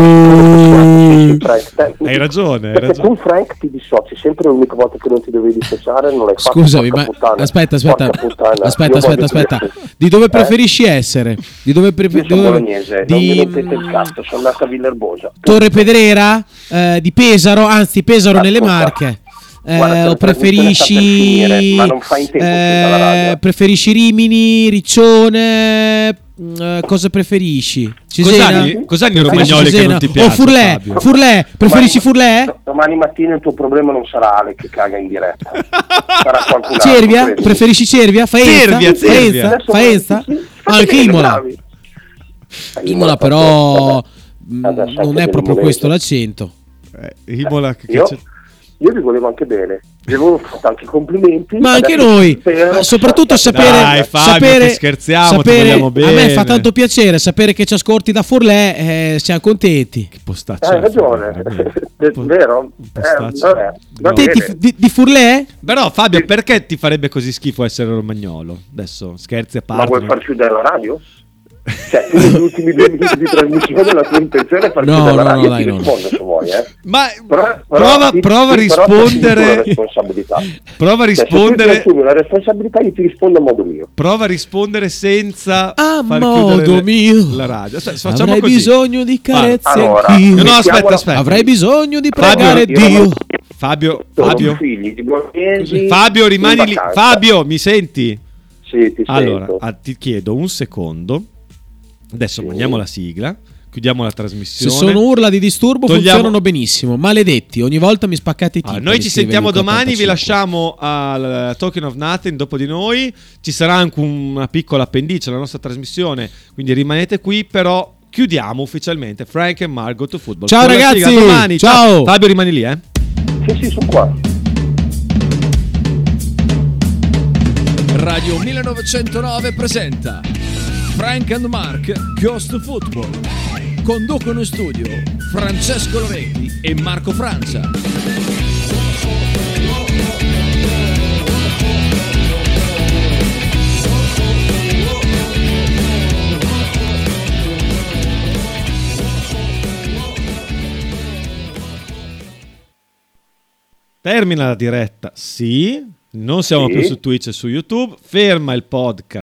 Hai ragione, perché tu, Frank, ti dissoci sempre l'unica volta che non ti dovevi dissociare, non l'hai fatto. Scusami, ma aspetta. Di dove preferisci essere? Di dove Io sono bolognese, non mi rompete il cazzo, sono nato a Villerbosa. Torre Pedrera? Di Pesaro, anzi Pesaro nelle Marche. O preferisci ma non fai in tempo dalla radio. Preferisci Rimini, Riccione? Cosa preferisci? Cos'hanno i romagnoli che non ti piacciono? O Furlè? Preferisci Furlè? Domani mattina il tuo problema non sarà Ale che caga in diretta, sarà qualcun altro. Cervia? Preferisci Cervia? Faenza? Anche Imola. Imola però non è proprio questo l'accento. Imola io vi volevo anche bene, vi avevo fatto anche i complimenti. Ma anche noi, soprattutto sapere. Dai, Fabio, scherziamo, ti vogliamo bene. A me fa tanto piacere sapere che ci ascolti da Forlè, siamo contenti. Che postaccio. Hai ragione, vero? Di Forlè? Però Fabio, perché ti farebbe così schifo essere romagnolo? Adesso scherzi a parte. Ma vuoi far chiudere la radio? Cioè, tu negli ultimi 2 minuti di trasmissione la tua intenzione è far chiudere la radio, ti rispondo se vuoi, Ma prova a rispondere. Prova a rispondere. Se tu la responsabilità, io ti rispondo a modo mio. Prova a rispondere senza far modo chiudere mio. la radio. Avrei bisogno di carezze anch'io. No, aspetta. Avrei bisogno di pregare Dio. Fabio, figli di bolognesi. Fabio, rimani lì. Fabio, mi senti? Sì, ti allora, sento. ti chiedo un secondo. Adesso mandiamo la sigla, chiudiamo la trasmissione. Se sono urla di disturbo funzionano benissimo. Maledetti, ogni volta mi spaccate i timpani. Noi ci sentiamo domani, vi lasciamo al Talking of Nothing dopo di noi. Ci sarà anche una piccola appendice alla nostra trasmissione, quindi rimanete qui, però chiudiamo ufficialmente Frank and Mark Go to Football. Ciao ragazzi, domani. Ciao. Fabio, rimani lì, Sì, sono qua. Radio 1909 presenta Frank and Mark Goes to Football. Conducono in studio Francesco Loretti e Marco Francia. Termina la diretta, sì. Non siamo più su Twitch e su YouTube. Ferma il podcast.